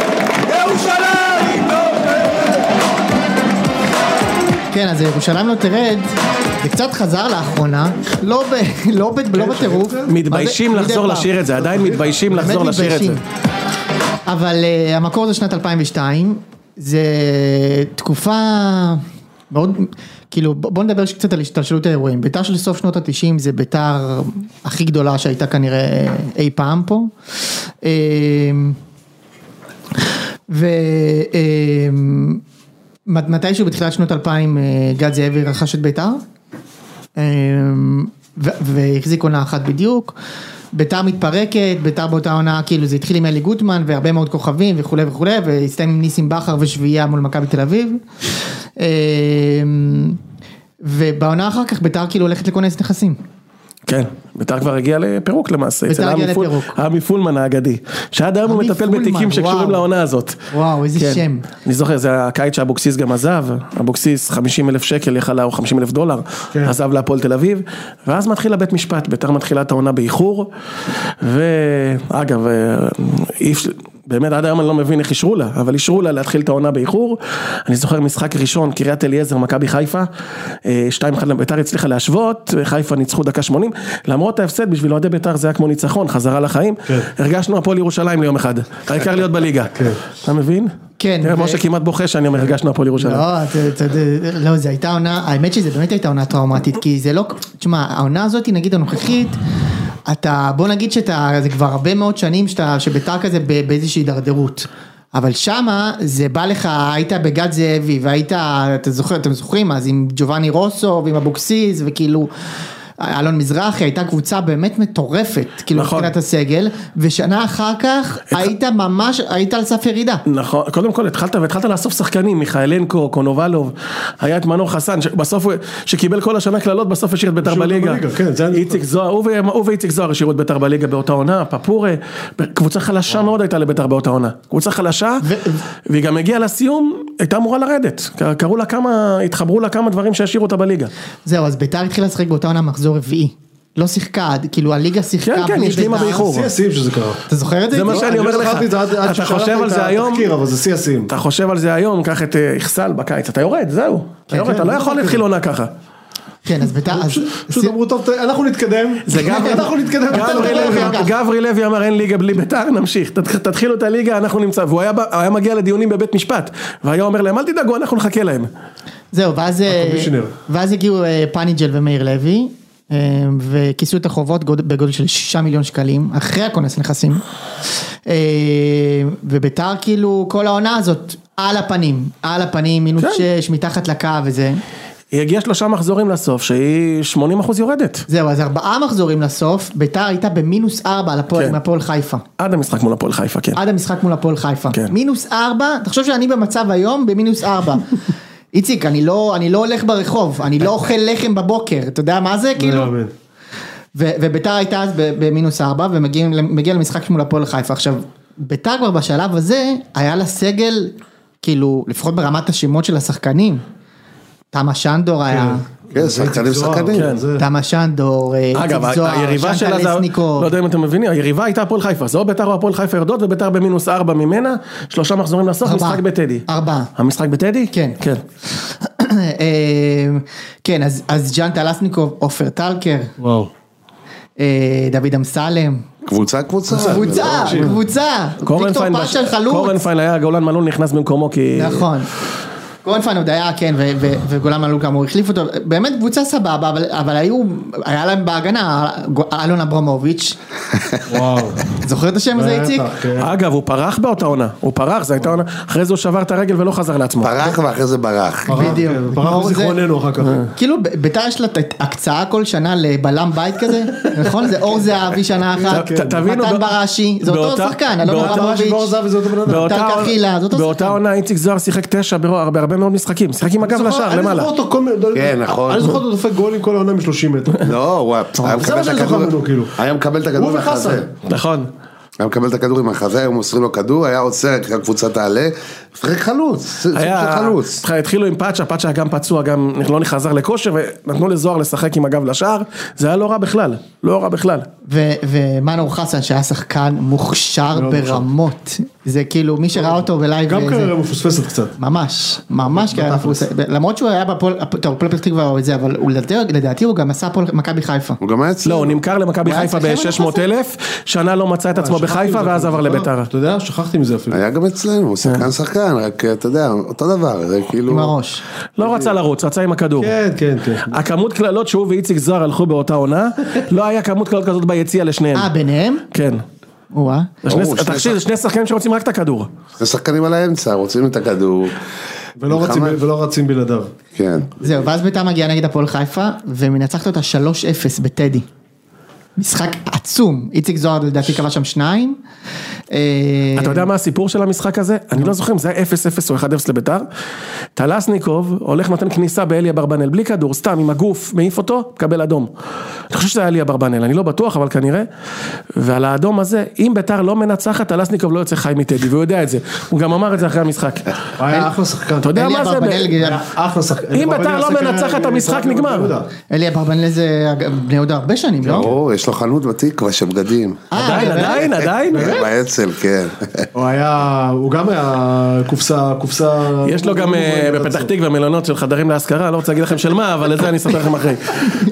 Speaker 1: כן, אז ירושלים לא תרד, זה קצת חזר לאחרונה, לא בטירוף.
Speaker 4: מתביישים לחזור לשיר את זה, עדיין מתביישים לחזור לשיר את זה.
Speaker 1: אבל המקור זה שנת 2002, זה תקופה מאוד, כאילו בוא נדבר קצת על השתלשלות האירועים. ביתר של סוף שנות ה-90 זה ביתר הכי גדולה שהייתה כנראה אי פעם פה. מתישהו בתחילת שנות 2000 גד זאבי רכש את ביתר והחזיק עונה אחת בדיוק, ביתר מתפרקת, ביתר באותה עונה כאילו זה התחיל עם אלי גוטמן והרבה מאוד כוכבים וכו' וכו', והסתיים עם ניסים בחר ושביעייה מול מכבי תל אביב, ובעונה אחר כך ביתר כאילו הולכת לכונס נכסים.
Speaker 4: כן, ביתר כבר הגיע לפירוק למעשה,
Speaker 1: ביתר הגיע לפירוק.
Speaker 4: עמי פולמן האגדי, שעד היום הוא מטפל בתיקים שקשורים לעונה הזאת.
Speaker 1: וואו, איזה שם.
Speaker 4: אני זוכר, זה הקיץ שאבוקסיס גם עזב, אבוקסיס 50,000 שקל יחלה או $50,000, עזב להפועל תל אביב, ואז מתחיל הבית משפט, ביתר מתחילה את העונה באיחור, ואגב, באמת עד היום אני לא מבין איך אישרו לה, אבל אישרו לה להתחיל את העונה באיחור. אני זוכר משחק ראשון, קריית אליעזר, מכבי חיפה, 2-1 ביתר הצליחה להשוות, חיפה ניצחו דקה 80, למרות ההפסד בשביל אוהדי ביתר זה היה כמו ניצחון, חזרה לחיים, הרגשנו הפועל ירושלים ליום אחד, העיקר להיות בליגה, אתה מבין?
Speaker 1: כן.
Speaker 4: משה כמעט בוכה שאני אומר, הרגשנו הפועל ירושלים.
Speaker 1: לא, זה הייתה עונה, האמת שזה באמת הייתה עונה טראומטית, כי זה לא, תשמע, העונה הזאת, נגיד הנוכחית, בוא נגיד זה כבר הרבה מאוד שנים שביתר כזה באיזושהי דרדרות, אבל שמה זה בא לך, היית בגד זאבי, והיית, אתם זוכרים, אז עם ג'ובאני רוסו, ועם אבוקסיס, וכאילו, אלון מזרחי, הייתה קבוצה באמת מטורפת, כאילו מבחינת הסגל, ושנה אחר כך היית על סף ירידה.
Speaker 4: נכון, קודם כל התחלת לאסוף שחקנים, מיכאלנקו, קונובלוב, היה את מנור חסן, בסוף שקיבל כל השנה כללות, בסוף השאיר את בית"ר בליגה. איציק זוהר, הוא ואיציק זוהר השאירו את בית"ר בליגה באותה עונה, פפורה, קבוצה חלשה מאוד הייתה לבית"ר באותה עונה. קבוצה חלשה, והיא גם הגיעה לסיום, הייתה אמורה לרדת. התחברו לה כמה דברים שהשאירו אותה בליגה.
Speaker 1: זהו, אז בית"ר התחילה לשחק באותה עונה מחזור רביעי. לא שיחקה, כאילו הליגה שיחקה.
Speaker 4: כן, יש לימה באיחור.
Speaker 2: שיא השיאים שזה קרה.
Speaker 1: אתה זוכר את זה?
Speaker 4: זה מה שאני אומר לך. אתה חושב על זה היום.
Speaker 2: אבל זה שיא השיאים.
Speaker 4: אתה חושב על זה היום, קח את יחסל בקיץ, אתה יורד, זהו. אתה לא יכול להתחיל עונה ככה.
Speaker 1: כן, אז בית"ר,
Speaker 2: פשוט אמרו טוב, אנחנו נתקדם. אנחנו נתקדם.
Speaker 4: גברי לוי אמר אין ליגה בלי בית"ר, נמשיך. תתחילו את הליגה, אנחנו נמצא. והוא היה מגיע לדיונים בבית משפט. והיה אומר להם, אל תדאגו, אנחנו נחכה להם.
Speaker 1: זהו, ואז הגיעו פניג'ל ומאיר לוי, וכיסו את החובות בגודל של 6 מיליון שקלים, אחרי הכונס נכסים. ובית"ר כאילו כל העונה הזאת על הפנים, מינוס 6, מתחת לקו וזה.
Speaker 4: היא הגיעה 3 מחזורים לסוף, שהיא 80% יורדת.
Speaker 1: זהו, אז 4 מחזורים לסוף, בית"ר הייתה במינוס 4 עם הפועל חיפה.
Speaker 4: עד המשחק מול הפועל חיפה, כן.
Speaker 1: עד המשחק מול הפועל חיפה. מינוס 4, אתה חושב שאני במצב היום במינוס 4. איציק, אני לא הולך ברחוב, אני לא אוכל לחם בבוקר, אתה יודע מה זה? כאילו? ובית"ר הייתה אז במינוס 4, ומגיע למשחק מול הפועל חיפה. עכשיו, בית"ר כבר בשלב הזה, היה לה סגל, כאילו, לפחות ברמת השמות של השחקנים, תמה שנדור היה...
Speaker 3: כן, שחקנים.
Speaker 1: תמה שנדור,
Speaker 4: אגב, היריבה שלה, לא יודע אם אתם מבינים, היריבה הייתה הפועל חיפה, זו בית"ר או הפועל חיפה ירדות, ובית"ר במינוס 4 ממנה, 3 מחזורים לסוף, משחק בטדי.
Speaker 1: 4.
Speaker 4: המשחק בטדי?
Speaker 1: כן. כן, אז ג'אן טלסניקוב, עופר טלקר.
Speaker 2: וואו.
Speaker 1: דוד אמסלם.
Speaker 3: קבוצה.
Speaker 4: קורנפיין היה, גולן מלול נכנס במקומו כי...
Speaker 1: נכון. קורנפיין עוד היה, כן, וגולן מלול כאמור החליף אותו, באמת קבוצה סבבה, אבל היה להם בהגנה, אלון אברמוביץ'.
Speaker 2: וואו.
Speaker 1: זוכר את השם הזה, איציק?
Speaker 4: אגב, הוא פרח באותה עונה, זו הייתה עונה, אחרי זה הוא שבר את הרגל ולא חזר לעצמו.
Speaker 3: פרח ואחרי זה ברח.
Speaker 1: בדיוק.
Speaker 2: פרח בזיכרוננו אחר כך.
Speaker 1: כאילו, בית"ר יש לה הקצאה כל שנה לבלם בית כזה, נכון? זה אור זהבי שנה אחת, מתן בראשי, זה אותו שחקן, אלון אברמוביץ',
Speaker 4: באותה עונה איציק זוהר שיחק 9 בהרבה מאוד משחקים, שיחק עם הגב לשער למעלה.
Speaker 3: כן, נכון.
Speaker 2: אני זוכר אותו דופק גולים כל העונה מ-30 מטר.
Speaker 3: לא, וואו, היה מקבל את הכדור מהחזה.
Speaker 4: נכון.
Speaker 3: היה מקבל את הכדור עם החזה, היו מוסרים לו כדור, היה עוצר, הקבוצה תעלה, שחק חלוץ,
Speaker 4: התחילו עם פאצ'ה גם פצוע, גם לא נחזר לכושר, ונתנו לזוהר לשחק עם הגב לשער, זה היה לא רע בכלל.
Speaker 1: ומנור חסן שהיה שחקן מוכשר ברמות, זה כאילו מי שראה אותו בלייב,
Speaker 2: גם קריירה מפוספסת קצת.
Speaker 1: ממש קריירה מפוספסת, למרות שהוא היה בפועל פתח תקווה או את זה, אבל לדעתי הוא גם עשה פה מכבי חיפה.
Speaker 3: הוא גם היה אצלנו.
Speaker 4: לא, הוא נמכר למכבי חיפה ב-600,000, שנה לא מצא את עצמו בחיפה, ואז עבר לבית"ר.
Speaker 2: אתה יודע, שכחתי מזה אפילו.
Speaker 3: היה גם אצלנו, הוא שחקן, רק אתה יודע, אותו דבר, זה כאילו...
Speaker 1: עם הראש.
Speaker 4: לא רצה לרוץ, רצה עם הכדור.
Speaker 2: כן.
Speaker 4: הכמות כללות שהוא ואיציק זוהר הלכו באותה עונה, לא היה כמות כללות כזאת ביציאה לשניהם.
Speaker 1: ביניהם?
Speaker 4: כן. תחשב, שני שחקנים שרוצים רק את הכדור.
Speaker 3: שני שחקנים על האמצע, רוצים את הכדור.
Speaker 2: ולא רצים בלעדיו.
Speaker 3: כן.
Speaker 1: זהו, ואז בית"ר מגיעה נגד הפועל חיפה, ומנצחת אותה 3-0 בטדי. משחק עצום, איציק זוהר לדעתי קבע שם 2.
Speaker 4: אתה יודע מה הסיפור של המשחק הזה? אני לא זוכר אם זה היה 0-0 או 1-0 לבית"ר. טלסניקוב הולך נותן כניסה באליה ברבנל, בלי כדור, סתם עם הגוף, מעיף אותו, קבל אדום. אני חושב שזה היה אליה ברבנל, אני לא בטוח, אבל כנראה. ועל האדום הזה, אם בית"ר לא מנצחת, טלסניקוב לא יוצא חי מטדי, והוא יודע את זה. הוא גם אמר את זה אחרי המשחק.
Speaker 2: היה אחלה שחקן.
Speaker 4: אתה יודע מה זה? אם בית"ר לא מנצחת, המשחק נגמר.
Speaker 1: אליה ברבנל זה בני יהודה הרבה שנים, לא?
Speaker 3: יש לו חנות בתקווה של בגדים.
Speaker 4: עדיין?
Speaker 3: באצ"ל, כן.
Speaker 2: הוא גם היה קופסה...
Speaker 4: יש לו גם בפתח תקווה מלונות של חדרים להשכרה, לא רוצה להגיד לכם של מה, אבל לזה אני אספר לכם אחרי.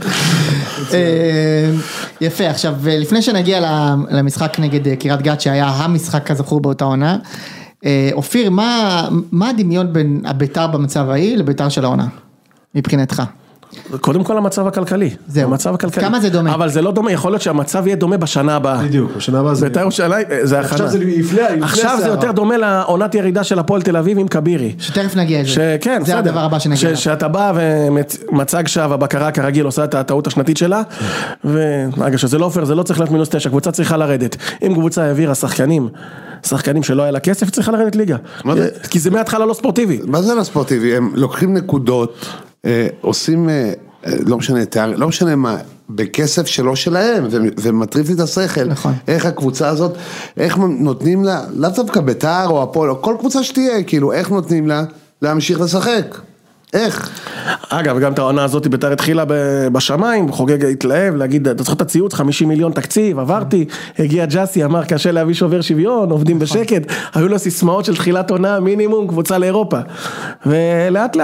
Speaker 1: יפה, עכשיו, לפני שנגיע למשחק נגד קריית גת, שהיה המשחק כזכור באותה עונה, אופיר, מה הדמיון בין הבית"ר במצב ההיא לבית"ר של העונה, מבחינתך?
Speaker 4: קודם כל המצב הכלכלי.
Speaker 1: זהו.
Speaker 4: המצב הכלכלי.
Speaker 1: כמה זה דומה?
Speaker 4: אבל זה לא דומה, יכול להיות שהמצב יהיה דומה בשנה הבאה.
Speaker 2: בדיוק, בשנה הבאה זה...
Speaker 4: בית"ר ירושלים, זה הכנה.
Speaker 2: עכשיו זה לפני
Speaker 4: עכשיו זה יותר דומה לעונת ירידה של הפועל תל אביב עם כבירי.
Speaker 1: שתכף נגיע את זה.
Speaker 4: כן,
Speaker 1: זה הדבר הבא שנגיע.
Speaker 4: שאתה בא ומצג שווא, הבקרה כרגיל עושה את הטעות השנתית שלה, ורגע שזה לא עופר, זה לא צריך להיות מינוס 9, קבוצה צריכה לרדת. אם קבוצה העבירה שחקנים שלא היה לה כסף, צריכה לרדת ליגה. כי זה מההתחלה לא ספורטיבי.
Speaker 3: מה זה לא ספורטיבי? הם לוקחים נקודות, עושים, לא משנה מה, בכסף שלא שלהם, ומטריף לי את השכל.
Speaker 1: נכון.
Speaker 3: איך הקבוצה הזאת, איך נותנים לה, לא דווקא בית"ר או הפועל, או כל קבוצה שתהיה, כאילו, איך נותנים לה להמשיך לשחק? איך?
Speaker 4: אגב, גם את העונה הזאת בית"ר התחילה בשמיים, חוגג התלהב, להגיד, אתה זוכר את הציוץ, 50 מיליון תקציב, עברתי, הגיע ג'אסי, אמר, קשה להביא שובר שוויון, עובדים בשקט, היו לו סיסמאות של תחילת עונה, מינימום, קבוצה לאירופה. ולאט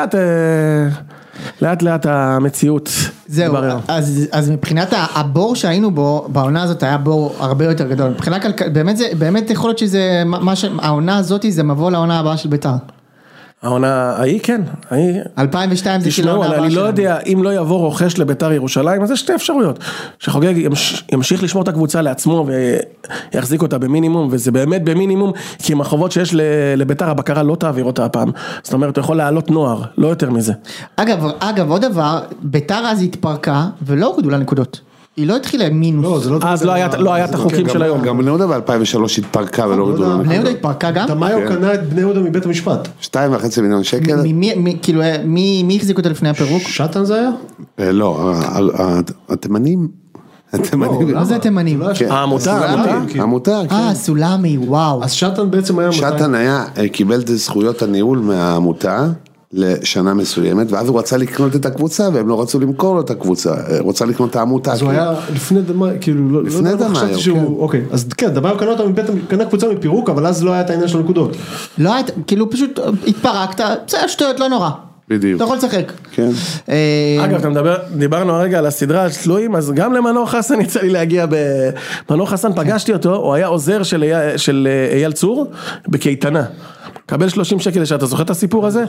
Speaker 4: לאט המציאות.
Speaker 1: זהו, אז מבחינת הבור שהיינו בו, בעונה הזאת היה בור הרבה יותר גדול. מבחינה כלכלית, באמת יכול להיות שזה, העונה הזאת זה מבוא לעונה הבאה של בית"ר.
Speaker 4: העונה ההיא כן,
Speaker 1: 2002 זה כאילו העונה הבאה שלנו.
Speaker 4: אני לא יודע, אם לא יבוא רוכש לבית"ר ירושלים, אז יש שתי אפשרויות, שחוגג ימשיך לשמור את הקבוצה לעצמו ויחזיק אותה במינימום, וזה באמת במינימום, כי עם החובות שיש לבית"ר, הבקרה לא תעביר אותה הפעם, זאת אומרת, הוא יכול לעלות נוער, לא יותר מזה.
Speaker 1: אגב, עוד דבר, בית"ר אז התפרקה, ולא הורדו לה נקודות. היא לא התחילה מינוס.
Speaker 4: אז לא היה את החוקים של היום.
Speaker 3: גם בני יהודה ב-2003 התפרקה ולא הורדו לה.
Speaker 1: בני יהודה התפרקה גם?
Speaker 2: תמאיו קנה את בני יהודה מבית המשפט.
Speaker 3: 2.5 מיליון שקל.
Speaker 1: כאילו, מי החזיק אותה לפני הפירוק?
Speaker 2: שטן זה היה?
Speaker 3: לא, התימנים.
Speaker 1: מה זה התימנים?
Speaker 3: העמותה.
Speaker 1: סולמי, וואו.
Speaker 2: אז שטן בעצם היה...
Speaker 3: שטן קיבל את זכויות הניהול מהעמותה. לשנה מסוימת, ואז הוא רצה לקנות את הקבוצה, והם לא רצו למכור לו את הקבוצה, רצה לקנות את העמותה.
Speaker 2: אז הוא היה לפני דמאי, כאילו,
Speaker 3: לפני דמאי,
Speaker 2: אוקיי, אז כן, דמאי הוא קנה קבוצה מפירוק, אבל אז לא היה את העניין של הנקודות.
Speaker 1: לא היה, כאילו פשוט התפרקת, זה שטויות, לא נורא.
Speaker 3: בדיוק.
Speaker 1: אתה יכול לשחק.
Speaker 3: כן.
Speaker 4: אגב, דיברנו הרגע על הסדרה על תלויים, אז גם למנור חסן יצא לי להגיע מנור חסן, פגשתי אותו, הוא היה עוזר של אייל צור, בקייטנה. קבל 30 שקל לשעה, אתה זוכר את הסיפור הזה?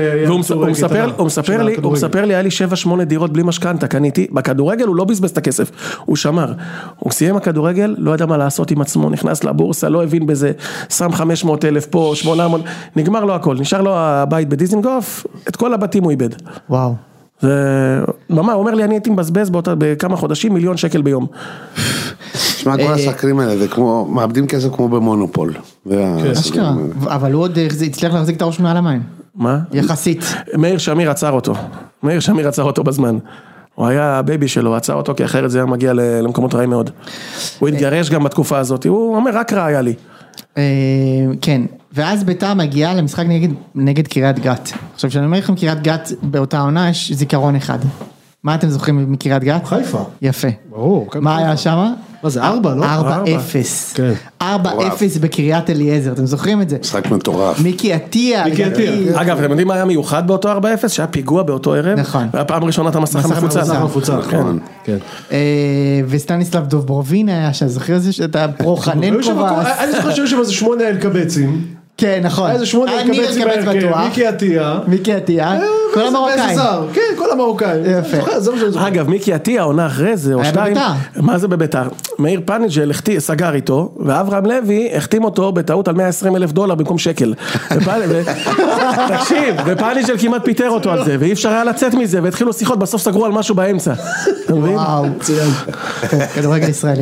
Speaker 4: הוא מספר לי, היה לי 7-8 דירות בלי משכנתה, קניתי, בכדורגל הוא לא בזבז את הכסף, הוא שמר, הוא סיים הכדורגל, לא ידע מה לעשות עם עצמו, נכנס לבורסה, לא הבין בזה, שם 500,000 פה, 800, נגמר לו הכל, נשאר לו הבית בדיזנגוף, את כל הבתים הוא איבד.
Speaker 1: וואו.
Speaker 4: ממש, הוא אומר לי, אני הייתי מבזבז בכמה חודשים, 1,000,000 שקל ביום.
Speaker 3: תשמע, כל הסקרים האלה, זה כמו, מאבדים כסף כמו במונופול.
Speaker 1: אשכרה, אבל הוא עוד הצליח להחזיק את הראש מעל המים.
Speaker 4: מה?
Speaker 1: יחסית.
Speaker 4: מאיר שמיר עצר אותו בזמן. הוא היה הבייבי שלו, עצר אותו, כי אחרת זה היה מגיע למקומות רעים מאוד. הוא התגרש גם בתקופה הזאת, הוא אומר, רק רע היה לי.
Speaker 1: כן, ואז בית"ר מגיעה למשחק נגד קריית גת. עכשיו, כשאני אומר לכם קריית גת באותה עונה, יש זיכרון אחד. מה אתם זוכרים מקריית גת?
Speaker 2: חיפה.
Speaker 1: יפה.
Speaker 2: ברור.
Speaker 1: מה היה שם?
Speaker 2: מה זה, 4, לא?
Speaker 1: 4-0. 4-0 בקריית אליעזר, אתם זוכרים את זה?
Speaker 3: משחק מטורף.
Speaker 1: מיקי עטיה.
Speaker 4: אגב, אתם יודעים מה היה מיוחד באותו 4-0? שהיה פיגוע באותו ערב.
Speaker 1: נכון.
Speaker 4: והפעם ראשונה את המסך המפוצל.
Speaker 1: וסטניסלב דוברובין היה, שזוכר את זה שאתה פרוחנן קובס.
Speaker 2: אני זוכר שהיו שם איזה 8 אלקבצים.
Speaker 1: כן, נכון.
Speaker 2: איזה 8 אלקבצים בהרכב, מיקי עטיה.
Speaker 1: כל המרוקאים.
Speaker 2: כן, כל המרוקאים.
Speaker 1: יפה.
Speaker 4: אגב, מיקי עטיה, עונה אחרי זה, או 2. מה זה בביתר? מאיר פניג'ל סגר איתו, ואברהם לוי החתים אותו בטעות על $120,000 במקום שקל. תקשיב, ופניג'ל כמעט פיטר אותו על זה, ואי אפשר היה לצאת מזה, והתחילו שיחות, בסוף סגרו על משהו באמצע. אתה מבין?
Speaker 1: וואו, ציין. כדורגל ישראלי.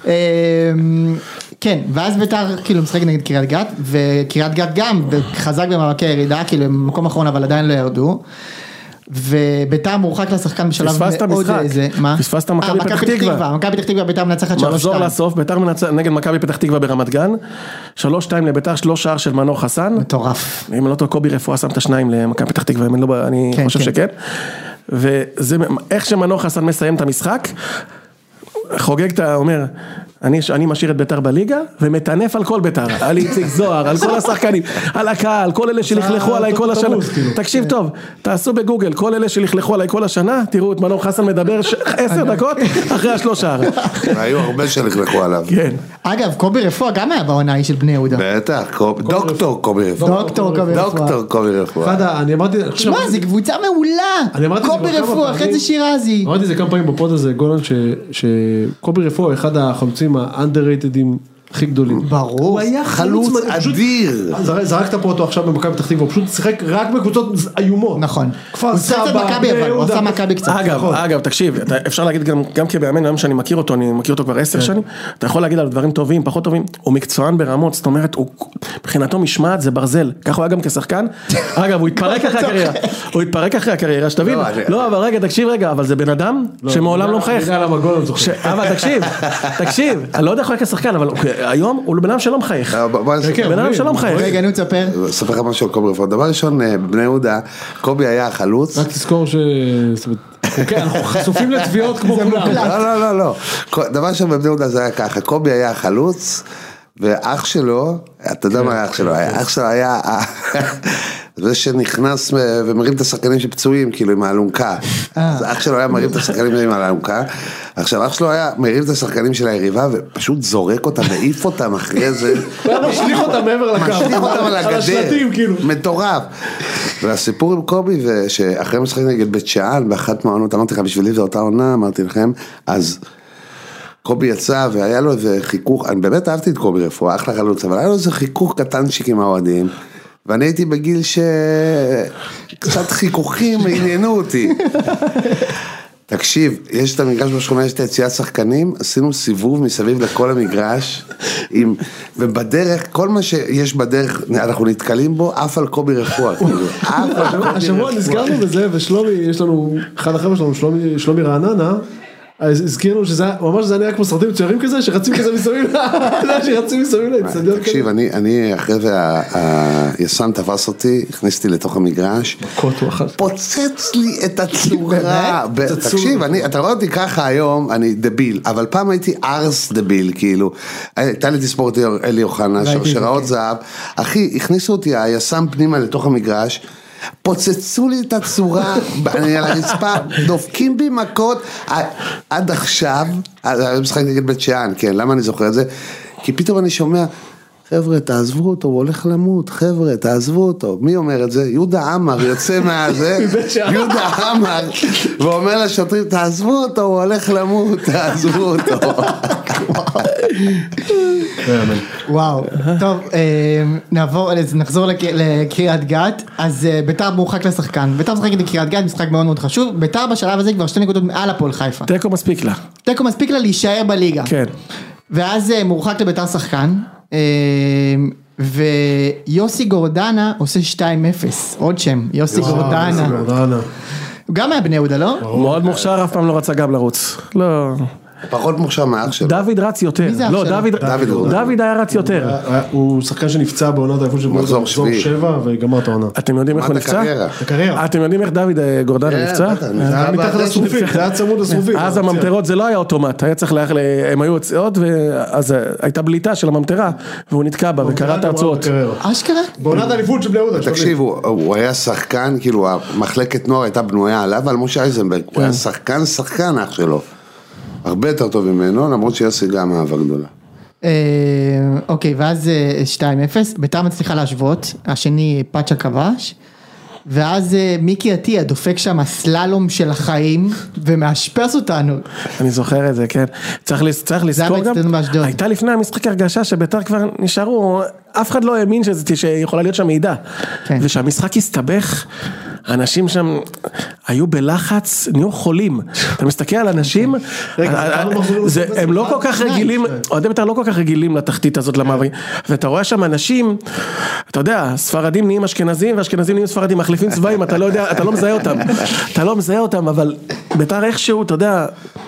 Speaker 1: כן, ואז בית"ר כאילו משחק נגד קריית גת, וקריית גת גם חזק במאבקי ירידה, כאילו הם מקום אחרון אבל עדיין לא ירדו, ובית"ר מורחק לשחקן בשלב מאוד איזה, מה?
Speaker 4: פספסת מכבי פתח תקווה.
Speaker 1: מכבי פתח תקווה בית"ר מנצחת 3-2.
Speaker 4: מחזור לסוף, בית"ר נגד מכבי פתח תקווה ברמת גן, 3-2 לבית"ר, 3 שער של מנור חסן.
Speaker 1: מטורף.
Speaker 4: אם לא טוב, קובי רפואה שם את השניים למכבי פתח תקווה, אני חושב שכן. וזה איך שמנור חסן מסיים את המשחק, חוגג, אתה אומר, אני משאיר את ביתר בליגה, ומטנף על כל ביתר, על איציק זוהר, על כל השחקנים, על הקהל, כל אלה שלכלכו עליי כל השנה. תקשיב טוב, תעשו בגוגל, כל אלה שלכלכו עליי כל השנה, תראו את מנור חסן מדבר 10 דקות אחרי השלושה.
Speaker 3: היו הרבה שלכלכו עליו.
Speaker 4: כן.
Speaker 1: אגב, קובי רפואה גם היה בעונה ההיא של בני יהודה.
Speaker 3: בטח, דוקטור קובי רפואה. דוקטור קובי רפואה.
Speaker 2: אני אמרתי...
Speaker 1: שמע, זו קבוצה מעולה. קובי רפואה, חצי שירזי.
Speaker 2: אמרתי זה כמה פעמים בפוד הזה, גולן, שקובי רפואה, אחד החלוצים האנדררייטדים הכי גדולים.
Speaker 1: ברור.
Speaker 2: הוא היה
Speaker 3: חלוץ אדיר.
Speaker 2: זרקת פה אותו עכשיו במכבי פתח תקווה, הוא פשוט שיחק רק בקבוצות איומות.
Speaker 1: נכון.
Speaker 2: כפר סבא, בני יהודה.
Speaker 1: הוא עשה מכבי קצת.
Speaker 4: אגב, תקשיב, אפשר להגיד גם כבאמן, היום שאני מכיר אותו, אני מכיר אותו כבר 10 שנים, אתה יכול להגיד על דברים טובים, פחות טובים, הוא מקצוען ברמות, זאת אומרת, מבחינתו משמעת זה ברזל, כך הוא היה גם כשחקן. אגב, הוא התפרק אחרי הקריירה, שתבין. לא, אבל רגע, תקשיב רגע, אבל זה בן אדם שמעולם לא מחייך. אבל תקשיב, אני לא יודע איך הוא היה כשחקן, אבל היום הוא בן אדם שלא מחייך. בן אדם שלא מחייך.
Speaker 1: רגע, אני מצפר.
Speaker 3: אספר לך משהו על קובי רפואה. דבר ראשון, בבני יהודה, קובי היה החלוץ.
Speaker 2: רק תזכור אנחנו חשופים לתביעות כמו כולם.
Speaker 3: לא. דבר ראשון בבני יהודה זה היה ככה, קובי היה החלוץ, ואח שלו, אתה יודע מה היה אח שלו? אח שלו היה זה שנכנס ומרים את השחקנים שפצועים, כאילו עם האלונקה. אח שלו היה מרים את השחקנים עם האלונקה. עכשיו אח שלו היה מרים את השחקנים של היריבה, ופשוט זורק אותם, מעיף אותם אחרי זה.
Speaker 2: משליך אותם מעבר לקו.
Speaker 3: משליך אותם על הגדר. מטורף. והסיפור עם קובי, שאחרי משחק נגד בית שאן, באחת מהעונות, אמרתי לך, בשבילי זו אותה עונה, אמרתי לכם, אז קובי יצא והיה לו איזה חיכוך, אני באמת אהבתי את קובי רפואה, אחלה חלוץ, אבל היה לו איזה חיכוך קטנצ'יק עם האוהדים, ואני הייתי בגיל שקצת חיכוכים עניינו אותי. תקשיב, יש את המגרש בשכונה, יש את היציאת שחקנים, עשינו סיבוב מסביב לכל המגרש, ובדרך, כל מה שיש בדרך, אנחנו נתקלים בו, אף על קובי רפואה.
Speaker 2: השבוע נזכרנו בזה, ושלומי, יש לנו, אחד החבר'ה שלנו, שלומי רעננה, אז הזכירו שזה, ממש זה נהיה כמו סרטים מצוירים כזה, שרצים כזה מסביב, שרצים מסביב לאצטדיון כזה.
Speaker 3: תקשיב, אני אחרי והיסן תפס אותי, הכניסתי לתוך המגרש, פוצץ לי את הצורה. תקשיב, אתה רואה אותי ככה היום, אני דביל, אבל פעם הייתי ארס דביל, כאילו, הייתה לי תספורת אלי אוחנה, שרשראות זהב, אחי, הכניסו אותי היסן פנימה לתוך המגרש, פוצצו לי את הצורה, אני על הרצפה, דופקים בי מכות, עד עכשיו, משחק נגד בית שאן, כן, למה אני זוכר את זה? כי פתאום אני שומע, חבר'ה, תעזבו אותו, הוא הולך למות, חבר'ה, תעזבו אותו. מי אומר את זה? יהודה עמר יוצא מהזה, יהודה עמר, ואומר לשוטרים, תעזבו אותו, הוא הולך למות, תעזבו אותו.
Speaker 1: וואו, טוב, נחזור לקריית גת, אז ביתר מורחק לשחקן, ביתר משחקת לקריית גת, משחק מאוד מאוד חשוב, ביתר בשלב הזה כבר 2 נקודות מעל הפועל חיפה.
Speaker 4: תיקו מספיק לה.
Speaker 1: תיקו מספיק לה להישאר בליגה.
Speaker 4: כן.
Speaker 1: ואז מורחק לביתר שחקן, ויוסי גורדנה עושה 2-0, עוד שם, יוסי גורדנה. הוא גם היה בני יהודה, לא?
Speaker 4: מאוד מוכשר, אף פעם לא רצה גם לרוץ. לא...
Speaker 3: פחות מוכשר מהאח שלו.
Speaker 4: דוד רץ יותר. לא, דוד היה רץ יותר.
Speaker 2: הוא שחקן שנפצע בעונת האיפות של מחזור 7 וגמר את העונה.
Speaker 4: אתם יודעים איך הוא נפצע?
Speaker 2: הקריירה.
Speaker 4: אתם יודעים איך דוד גורדנה נפצע?
Speaker 2: זה היה מתחת לשרופים, זה היה צמוד לשרופים.
Speaker 4: אז הממטרות זה לא היה אוטומט, היה צריך הם היו יוצאות, ואז הייתה בליטה של הממטרה, והוא נתקע בה וקרא את הרצועות.
Speaker 1: אשכרה?
Speaker 2: בעונת האליפות של בני יהודה.
Speaker 3: תקשיב, הוא היה שחקן, כאילו המחלקת נוער הייתה בנויה עליו, על משה אייזנברג, הוא היה שחקן אח שלו. הרבה יותר טוב ממנו, למרות שיוסי גם אהבה גדולה.
Speaker 1: אוקיי, ואז 2-0, ביתר מצליחה להשוות, השני פאצ'ה כבש, ואז מיקי עטיה דופק שם הסללום של החיים, ומאשפס אותנו.
Speaker 4: אני זוכר את זה, כן. צריך לזכור גם, הייתה לפני המשחק הרגשה שביתר כבר נשארו, אף אחד לא האמין שיכולה להיות שם מידע, ושהמשחק הסתבך, האנשים שם היו בלחץ, נהיו חולים. אתה מסתכל על אנשים, הם לא כל כך רגילים, אוהדי בית"ר לא כל כך רגילים לתחתית הזאת למאבק, ואתה רואה שם אנשים, אתה יודע, ספרדים נהיים אשכנזים, ואשכנזים נהיים ספרדים, מחליפים צבעים, אתה לא יודע, אתה לא מזהה אותם, אבל בית"ר איכשהו, אתה יודע,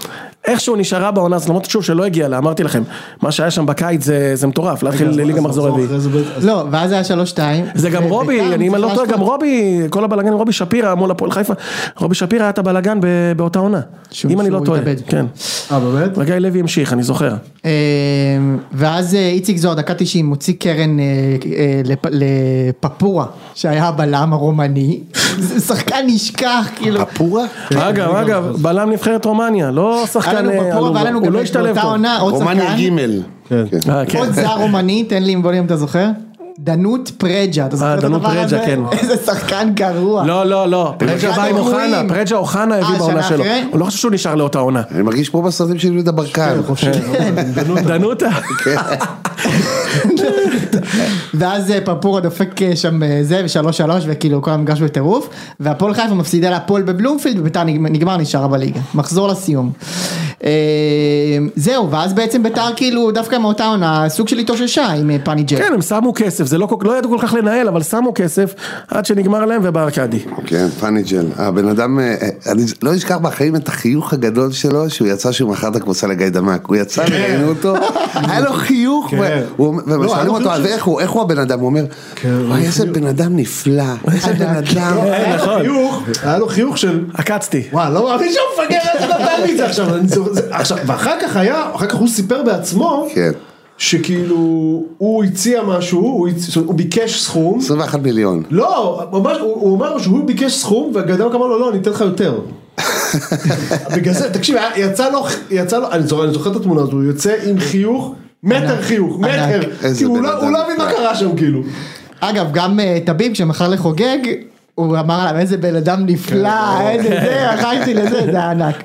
Speaker 4: איכשהו נשארה בעונה, אז למרות שוב שלא הגיע לה, אמרתי לכם, מה שהיה שם בקיץ זה מטורף, להתחיל לליגה מחזור רביעי.
Speaker 1: לא, ואז היה 3-2.
Speaker 4: זה גם רובי, אני לא טועה, גם רובי, כל הבלגן, רובי שפירא מול הפועל חיפה, רובי שפירא היה את הבלגן באותה עונה, אם אני לא טועה. כן.
Speaker 2: באמת?
Speaker 4: וגיא לוי המשיך, אני זוכר.
Speaker 1: ואז איציק זוהר, דקה 90, מוציא קרן לפפורה, שהיה הבלם הרומני, שחקן נשכח, כאילו.
Speaker 3: פפורה?
Speaker 4: אגב, בלם נבחרת רומניה, לא שחקן, הוא לא השתלב טוב.
Speaker 3: רומניה ג'
Speaker 1: עוד זר רומני, תן לי בולים, אתה זוכר? דנות פרג'ה, אתה זוכר את הדבר הזה?
Speaker 4: כן.
Speaker 1: איזה שחקן גרוע.
Speaker 4: לא, פרג'ה בא עם אוחנה, פרג'ה אוחנה הביא בעונה שלו, הוא לא חושב שהוא נשאר לאותה עונה.
Speaker 3: אני מרגיש פה בסרטים של יהודה ברקן.
Speaker 4: דנותה.
Speaker 1: ואז פפורה דופק שם זה ו3-3 וכאילו כל המגרש בטירוף, והפועל חיפה מפסידה להפועל בבלומפילד וביתר נגמר נשארה בליגה, מחזור לסיום. זהו, ואז בעצם ביתר כאילו דווקא מאותה עונה סוג של התאוששה עם פניג'ל.
Speaker 4: כן, הם שמו כסף, זה לא ידעו כל כך לנהל, אבל שמו כסף עד שנגמר להם וברקדי.
Speaker 3: כן, פניג'ל, הבן אדם, אני לא אשכח בחיים את החיוך הגדול שלו, שהוא יצא שהוא מכר את הקבוצה לגיא דמק, הוא יצא, ראינו אותו, היה לו חיוך, ושואלים אותו, אז איך הוא הבן אדם, הוא אומר, וואי, איזה בן אדם נפלא, איזה בן אדם.
Speaker 2: היה לו חיוך של...
Speaker 4: עקצתי.
Speaker 2: וואי, לא מאמין שהוא מפגר, איך אתה נתן לי את זה עכשיו, ואחר כך הוא סיפר בעצמו, שכאילו הוא הציע משהו, הוא ביקש סכום
Speaker 3: 21 מיליון.
Speaker 2: לא, ממש, הוא אומר שהוא ביקש סכום והגדם אמר לו, לא, אני אתן לך יותר. בגלל זה, תקשיב, יצא לו, אני זוכר את התמונה הזו, הוא יוצא עם חיוך, מטר חיוך, מטר, כי הוא לא מבין מה קרה שם כאילו.
Speaker 1: אגב, גם טביב שמחר לחוגג, הוא אמר עליו איזה בן אדם נפלא, איזה זה, אחייתי לזה, זה ענק.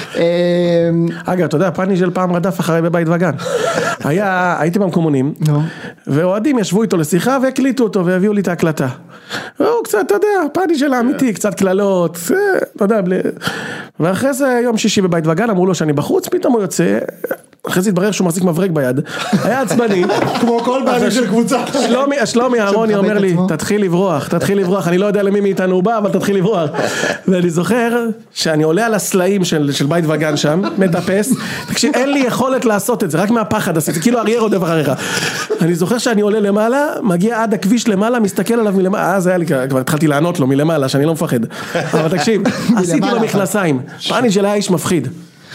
Speaker 4: אגב, אתה יודע, פניג'ל פעם רדף אחרי בבית וגן. הייתי במקומונים, ואוהדים ישבו איתו לשיחה והקליטו אותו והביאו לי את ההקלטה. הוא קצת, אתה יודע, פניג'ל האמיתי, קצת קללות, אתה יודע, ואחרי זה יום שישי בבית וגן, אמרו לו שאני בחוץ, פתאום הוא יוצא, אחרי זה התברר שהוא מחזיק מברק ביד, היה עצבני,
Speaker 2: כמו כל בעלים של קבוצה.
Speaker 4: שלומי אהרוני אומר לי, תתחיל לברוח, אני לא יודע למי מאיתנו הוא בא, אבל תתחיל לברוח. ואני זוכר שאני עולה על הסלעים של בית וגן שם, מטפס, תקשיב, אין לי יכולת לעשות את זה, רק מהפחד עשיתי, כאילו אריה רודף אחריך. אני זוכר שאני עולה למעלה, מגיע עד הכביש למעלה, מסתכל עליו מלמעלה, אז היה לי, כבר התחלתי לענות לו מלמעלה, שאני לא מפחד. אבל תקשיב, עשיתי במכנסיים, פניג'ל היה איש מפחיד.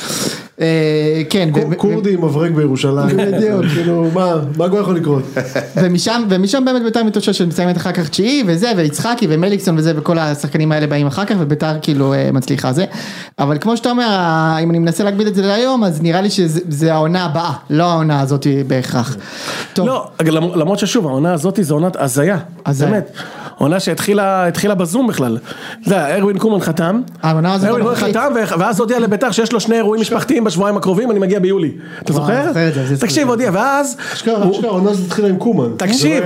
Speaker 1: כן,
Speaker 2: קורדי עם מברק בירושלים, כאילו מה כבר יכול לקרות?
Speaker 1: ומשם באמת ביתר מתאוששת שמסיימת אחר כך תשיעי וזה, ויצחקי ומליקסון וזה, וכל השחקנים האלה באים אחר כך, וביתר כאילו מצליחה זה, אבל כמו שאתה אומר, אם אני מנסה להגביל את זה להיום, אז נראה לי שזה העונה הבאה, לא העונה הזאת בהכרח.
Speaker 4: לא, למרות ששוב, העונה הזאת זו עונת הזיה, באמת. עונה שהתחילה בזום בכלל. זה, ארווין קומן חתם, ואז הודיע לביתר שיש לו 2 אירועים משפחתיים בשבועיים הקרובים, אני מגיע ביולי. אתה זוכר? תקשיב, הודיע, ואז...
Speaker 2: אשכרה, העונה הזאת התחילה עם קומן.
Speaker 4: תקשיב.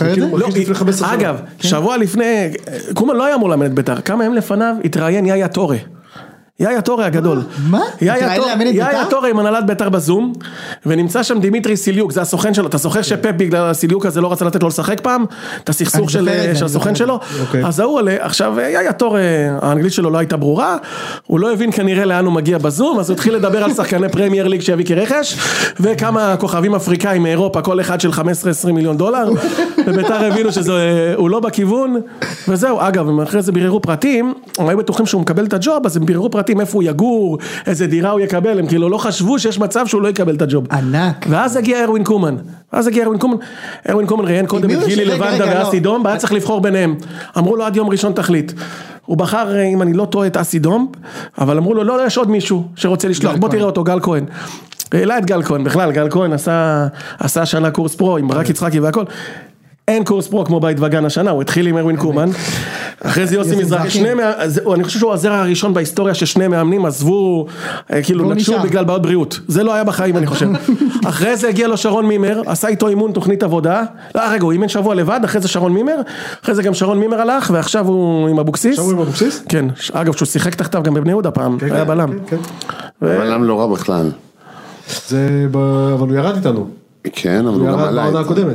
Speaker 4: אגב, שבוע לפני, קומן לא היה אמור לאמן את ביתר, כמה הם לפניו התראיין יאיה טורה. יאיה טורה הגדול.
Speaker 1: מה?
Speaker 4: יאיה טורה עם הנהלת ביתר בזום, ונמצא שם דימיטרי סיליוק, זה הסוכן שלו, אתה זוכר שפפ בגלל הסיליוק הזה לא רצה לתת לו לשחק פעם, את הסכסוך של הסוכן שלו, אז הוא עולה, עכשיו יאיה טורה, האנגלית שלו לא הייתה ברורה, הוא לא הבין כנראה לאן הוא מגיע בזום, אז הוא התחיל לדבר על שחקני פרמייר ליג שיביא כרכש, וכמה כוכבים אפריקאים מאירופה, כל אחד של 15-20 מיליון דולר, וביתר הבינו שהוא לא בכיוון, וזהו, אגב, אחרי זה ביררו פרטים, הם היו בטוחים שהוא מקבל את הג'וב, אז הם ביררו פרטים איפה הוא יגור, איזה דירה הוא יקבל, הם כאילו לא חשבו שיש מצב שהוא לא יקבל את הג'וב.
Speaker 1: ענק.
Speaker 4: ואז הגיע ארווין קומן. ארווין קומן ראיין קודם את גילי לבנדה ואסי דום, והיה צריך לבחור ביניהם. אמרו לו עד יום ראשון תחליט. הוא בחר, אם אני לא טועה, את אסי דום, אבל אמרו לו, לא, יש עוד מישהו שרוצה לשלוח, בוא תראה אותו, גל כהן. העלה את גל כהן, בכלל, גל כהן עשה שנה קורס פרו, עם ברק יצחקי והכל. אין קורס פרו כמו בית וגן השנה, הוא התחיל עם ארווין קומן, אחרי זה יוסי מזרחי, אני חושב שהוא הזרע הראשון בהיסטוריה ששני מאמנים עזבו, כאילו נטשו בגלל בעיות בריאות, זה לא היה בחיים אני חושב, אחרי זה הגיע לו שרון מימר, עשה איתו אימון תוכנית עבודה, רגע הוא אימן שבוע לבד, אחרי זה שרון מימר, אחרי זה גם שרון מימר הלך, ועכשיו הוא עם אבוקסיס,
Speaker 2: עכשיו הוא עם אבוקסיס?
Speaker 4: כן, אגב שהוא שיחק תחתיו גם בבני יהודה פעם, היה בלם,
Speaker 3: בלם לא רע בכלל,
Speaker 2: אבל הוא ירד איתנו,
Speaker 3: כן, אבל הוא גם עלה
Speaker 2: בעונה הקודמת.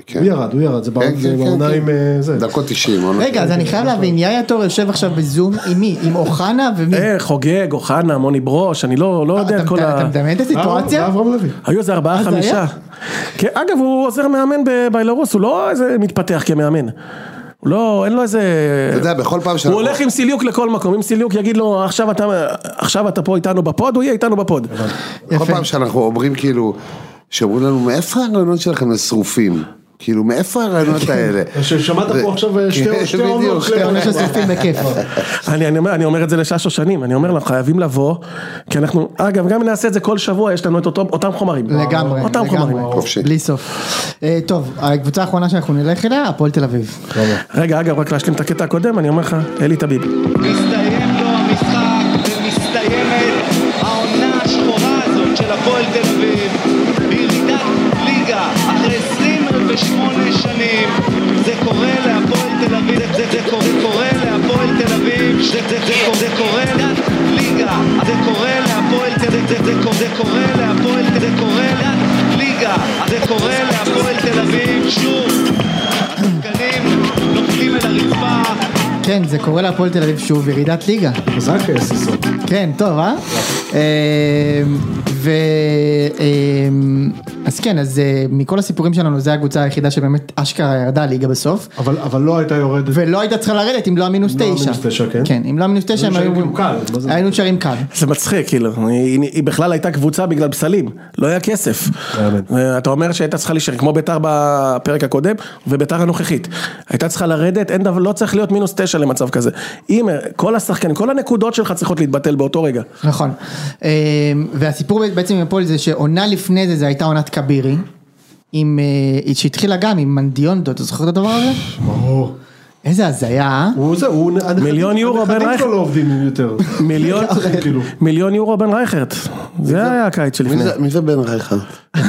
Speaker 2: הוא ירד, זה בעונה עם זה.
Speaker 3: דקות 90.
Speaker 1: רגע, אז אני חייב להבין, יאיה טור יושב עכשיו בזום, עם מי? עם אוחנה ומי?
Speaker 4: חוגג, אוחנה, מוני ברוש, אני לא יודע כל ה...
Speaker 1: אתה מדמיין את הסיטואציה?
Speaker 2: אברהם לוי.
Speaker 4: היו איזה 4-5. אגב, הוא עוזר מאמן בבלרוס, הוא לא איזה מתפתח כמאמן. לא, אין לו איזה...
Speaker 3: אתה יודע, בכל פעם
Speaker 4: הוא הולך עם סיליוק לכל מקום, אם סיליוק יגיד לו, עכשיו אתה פה איתנו בפוד, הוא יהיה איתנו בפוד.
Speaker 3: כל פעם שאנחנו אומרים כאילו, שאומרים לנו, מאיפה הרעיונות שלכם לשרופים? כאילו, מאיפה הרעיונות האלה?
Speaker 2: ששמעת פה עכשיו שתי עונות.
Speaker 1: שתי עונות של שרופים בכיף.
Speaker 4: אני אומר את זה לששו שנים, אני אומר לך, חייבים לבוא, כי אנחנו, אגב, גם נעשה את זה כל שבוע, יש לנו את אותם חומרים.
Speaker 1: לגמרי,
Speaker 4: אותם חומרים.
Speaker 1: בלי סוף. טוב, הקבוצה האחרונה שאנחנו נלך אליה, הפועל תל אביב.
Speaker 4: רגע, אגב, רק להשלים את הקטע הקודם, אני אומר לך, אלי טביב.
Speaker 5: מסתיים לו המשחק, ומסתיימת העונה השחורה הזאת של הפועל תל אביב, בירידת ליגה, אחרי 28 שנים, זה קורה להפועל תל אביב, זה קורה להפועל תל אביב, זה קורה ליגה, זה קורה להפועל תל אביב, זה קורה להפועל ליגה, זה קורה להפועל תל אביב, שוב, השחקנים נופלים אל הרצפה.
Speaker 1: כן, זה קורה להפועל תל אביב שוב, ירידת ליגה.
Speaker 2: חזק סיסו.
Speaker 1: כן, טוב, אז כן, אז מכל הסיפורים שלנו, זה הקבוצה היחידה שבאמת אשכרה ירדה ליגה בסוף.
Speaker 2: אבל לא הייתה יורדת.
Speaker 1: ולא הייתה צריכה לרדת אם לא המינוס 9.
Speaker 2: מינוס 9, כן.
Speaker 1: כן, אם לא המינוס 9, היינו נשארים קל.
Speaker 4: זה מצחיק, כאילו, היא בכלל הייתה קבוצה בגלל פסלים, לא היה כסף. אתה אומר שהייתה צריכה להישאר, כמו ביתר בפרק הקודם, וביתר הנוכחית. הייתה צריכה לרדת, לא צריך להיות מינוס 9 למצב כזה. אם כל השחקנים, כל הנקודות שלך צריכות להתבטל באותו רגע.
Speaker 1: נכון. והסיפור בעצם עם הפועל זה שעונה לפני זה הייתה עונת קבירי, שהתחילה גם עם מנדיונדו, אתה זוכר את הדבר הזה?
Speaker 2: ברור.
Speaker 1: איזה הזיה.
Speaker 4: מיליון יורו בן רייכרט.
Speaker 2: הנכדים שלו לא עובדים יותר.
Speaker 4: מיליון יורו בן רייכרט. זה היה הקיץ שלפני.
Speaker 3: מי זה בן רייכרט?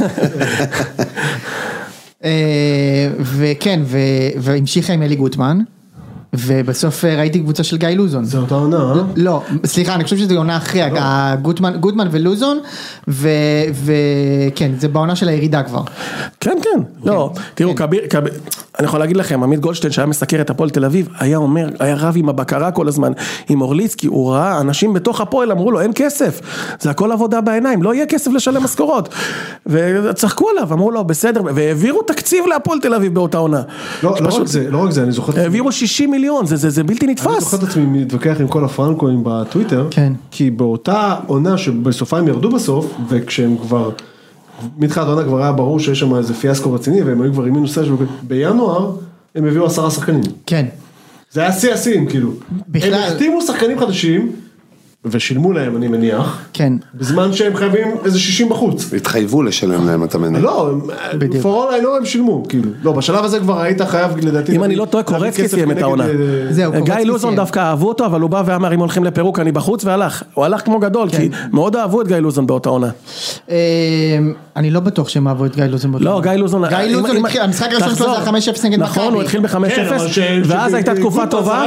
Speaker 1: וכן, והמשיכה עם אלי גוטמן. ובסוף ראיתי קבוצה של גיא לוזון.
Speaker 2: זה אותה עונה,
Speaker 1: לא, סליחה, אני חושב שזה עונה אחרי, גוטמן ולוזון, וכן, זה בעונה של הירידה כבר.
Speaker 4: כן, כן, לא, תראו, אני יכול להגיד לכם, עמית גולדשטיין שהיה מסקר את הפועל תל אביב, היה אומר, היה רב עם הבקרה כל הזמן, עם אורליצקי, הוא ראה, אנשים בתוך הפועל אמרו לו, אין כסף, זה הכל עבודה בעיניים, לא יהיה כסף לשלם משכורות, וצחקו עליו, אמרו לו, בסדר, והעבירו תקציב להפועל תל אביב באותה עונה.
Speaker 2: לא רק זה, אני זוכר.
Speaker 4: העבירו 60 מיליון, זה בלתי נתפס.
Speaker 2: אני זוכר את עצמי מתווכח עם כל הפרנקואים בטוויטר, כי באותה עונה שבסופה הם ירדו בסוף, וכשהם כבר, מתחילת העונה כבר היה ברור שיש שם איזה פיאסקו רציני, והם היו כבר עם מינוס 6, בינואר הם הביאו 10 שחקנים.
Speaker 1: כן.
Speaker 2: זה היה CSים, כאילו. הם החתימו שחקנים חדשים, ושילמו להם, אני מניח.
Speaker 1: כן.
Speaker 2: בזמן שהם חייבים איזה 60 בחוץ.
Speaker 3: התחייבו לשלם להם, אתה מניח.
Speaker 2: לא, for all I know הם שילמו, כאילו. לא, בשלב הזה כבר היית חייב, לדעתי.
Speaker 4: אם אני לא טועה, קורצקי סיים את העונה. גיא לוזון דווקא אהבו אותו, אבל הוא בא ואמר, אם הולכים לפירוק, אני בחוץ, והלך. הוא הלך כמו גדול, כי מאוד אהבו את גיא לוזון באותה עונה.
Speaker 1: אני לא בטוח שהם אהבו את גיא לוזון באותה עונה.
Speaker 4: לא, גיא לוזון,
Speaker 1: המשחק הראשון שלו זה 5-0 נגד מכבי.
Speaker 4: נכון, הוא התחיל ב-5-0, ואז הייתה תקופה טובה.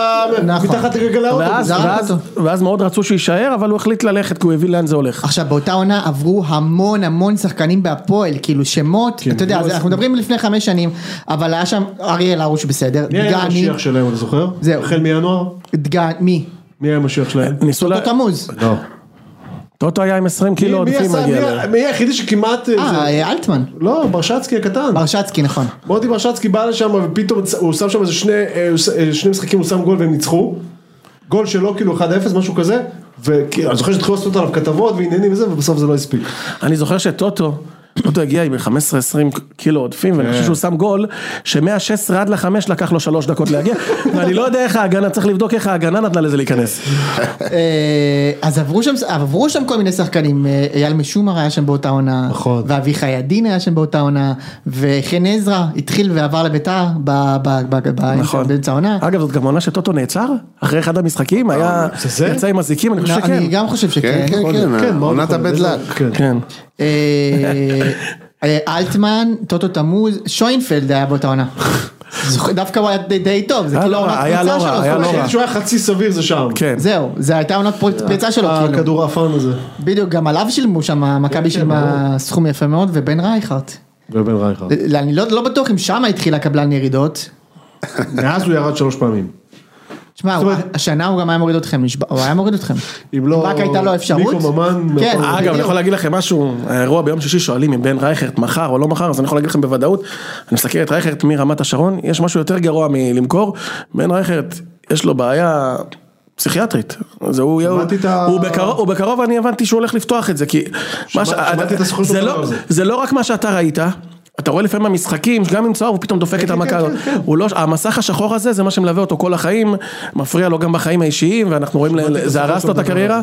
Speaker 4: ואז מאוד רצו שישאר, אבל הוא החליט ללכת, כי הוא הבין לאן זה הולך.
Speaker 1: עכשיו, באותה עונה עברו המון שחקנים בהפועל, כאילו שמות, אתה יודע, אנחנו מדברים לפני 5 שנים, אבל היה שם אריאל הרוש בסדר.
Speaker 2: מי היה המשיח שלהם, אתה זוכר?
Speaker 1: זהו.
Speaker 2: החל מינואר?
Speaker 1: מי?
Speaker 2: מי היה המשיח שלהם?
Speaker 1: טוטו תמוז.
Speaker 2: לא.
Speaker 4: טוטו היה עם 20 קילו עודפים מגיע.
Speaker 2: מי היחידי שכמעט...
Speaker 1: אלטמן.
Speaker 2: לא, ברשצקי הקטן.
Speaker 1: ברשצקי, נכון.
Speaker 2: מוטי ברשצקי בא לשם, ופתאום הוא שם שם איזה שני משחקים, הוא שם גול והם ניצחו. גול שלו כאילו 1-0, משהו כזה, ואני זוכר שתחילו לעשות עליו כתבות ועניינים וזה, ובסוף זה לא הספיק.
Speaker 4: אני זוכר שטוטו הגיע עם 15-20 קילו עודפים, ואני חושב שהוא שם גול, שמה-16 עד ל-5 לקח לו 3 דקות להגיע, ואני לא יודע איך ההגנה, צריך לבדוק איך ההגנה נתנה לזה להיכנס.
Speaker 1: אז עברו שם כל מיני שחקנים, אייל משומר היה שם באותה עונה, ואביחי ידין היה שם באותה עונה, וחן עזרא התחיל ועבר לביתר באמצע העונה.
Speaker 4: אגב, זאת גם עונה שטוטו נעצר, אחרי אחד המשחקים, היה יצא עם מזיקים, אני חושב שכן.
Speaker 1: אני גם חושב שכן.
Speaker 3: כן, עונת הבדלק.
Speaker 4: כן.
Speaker 1: אלטמן, טוטו תמוז, שוינפלד היה באותה עונה. דווקא הוא היה די טוב, זה כאילו עונת פריצה שלו.
Speaker 2: היה לא רע. שהוא היה חצי סביר זה שם.
Speaker 1: זהו, זה הייתה עונת פריצה שלו.
Speaker 2: הכדור האפן הזה.
Speaker 1: בדיוק, גם עליו שילמו שם, מכבי שילמה סכום יפה מאוד, ובן רייכרט.
Speaker 2: ובן רייכרד.
Speaker 1: אני לא בטוח אם שמה התחילה קבלן ירידות.
Speaker 2: מאז הוא ירד 3 פעמים.
Speaker 1: תשמע, השנה הוא גם היה מוריד אתכם, הוא היה מוריד אתכם.
Speaker 2: אם לא...
Speaker 1: רק הייתה לו אפשרות.
Speaker 2: ניקו ממן...
Speaker 4: אגב, אני יכול להגיד לכם משהו, האירוע ביום שישי שואלים אם בן רייכרד מחר או לא מחר, אז אני יכול להגיד לכם בוודאות, אני מסתכל את רייכרד מרמת השרון, יש משהו יותר גרוע מלמכור, בן רייכרד יש לו בעיה פסיכיאטרית, הוא בקרוב אני הבנתי שהוא הולך לפתוח את זה, כי זה לא רק מה שאתה ראית, אתה רואה לפעמים המשחקים, גם עם צהר הוא פתאום דופק את המכה, המסך השחור הזה זה מה שמלווה אותו כל החיים, מפריע לו גם בחיים האישיים, ואנחנו רואים, זה הרס לו את הקריירה,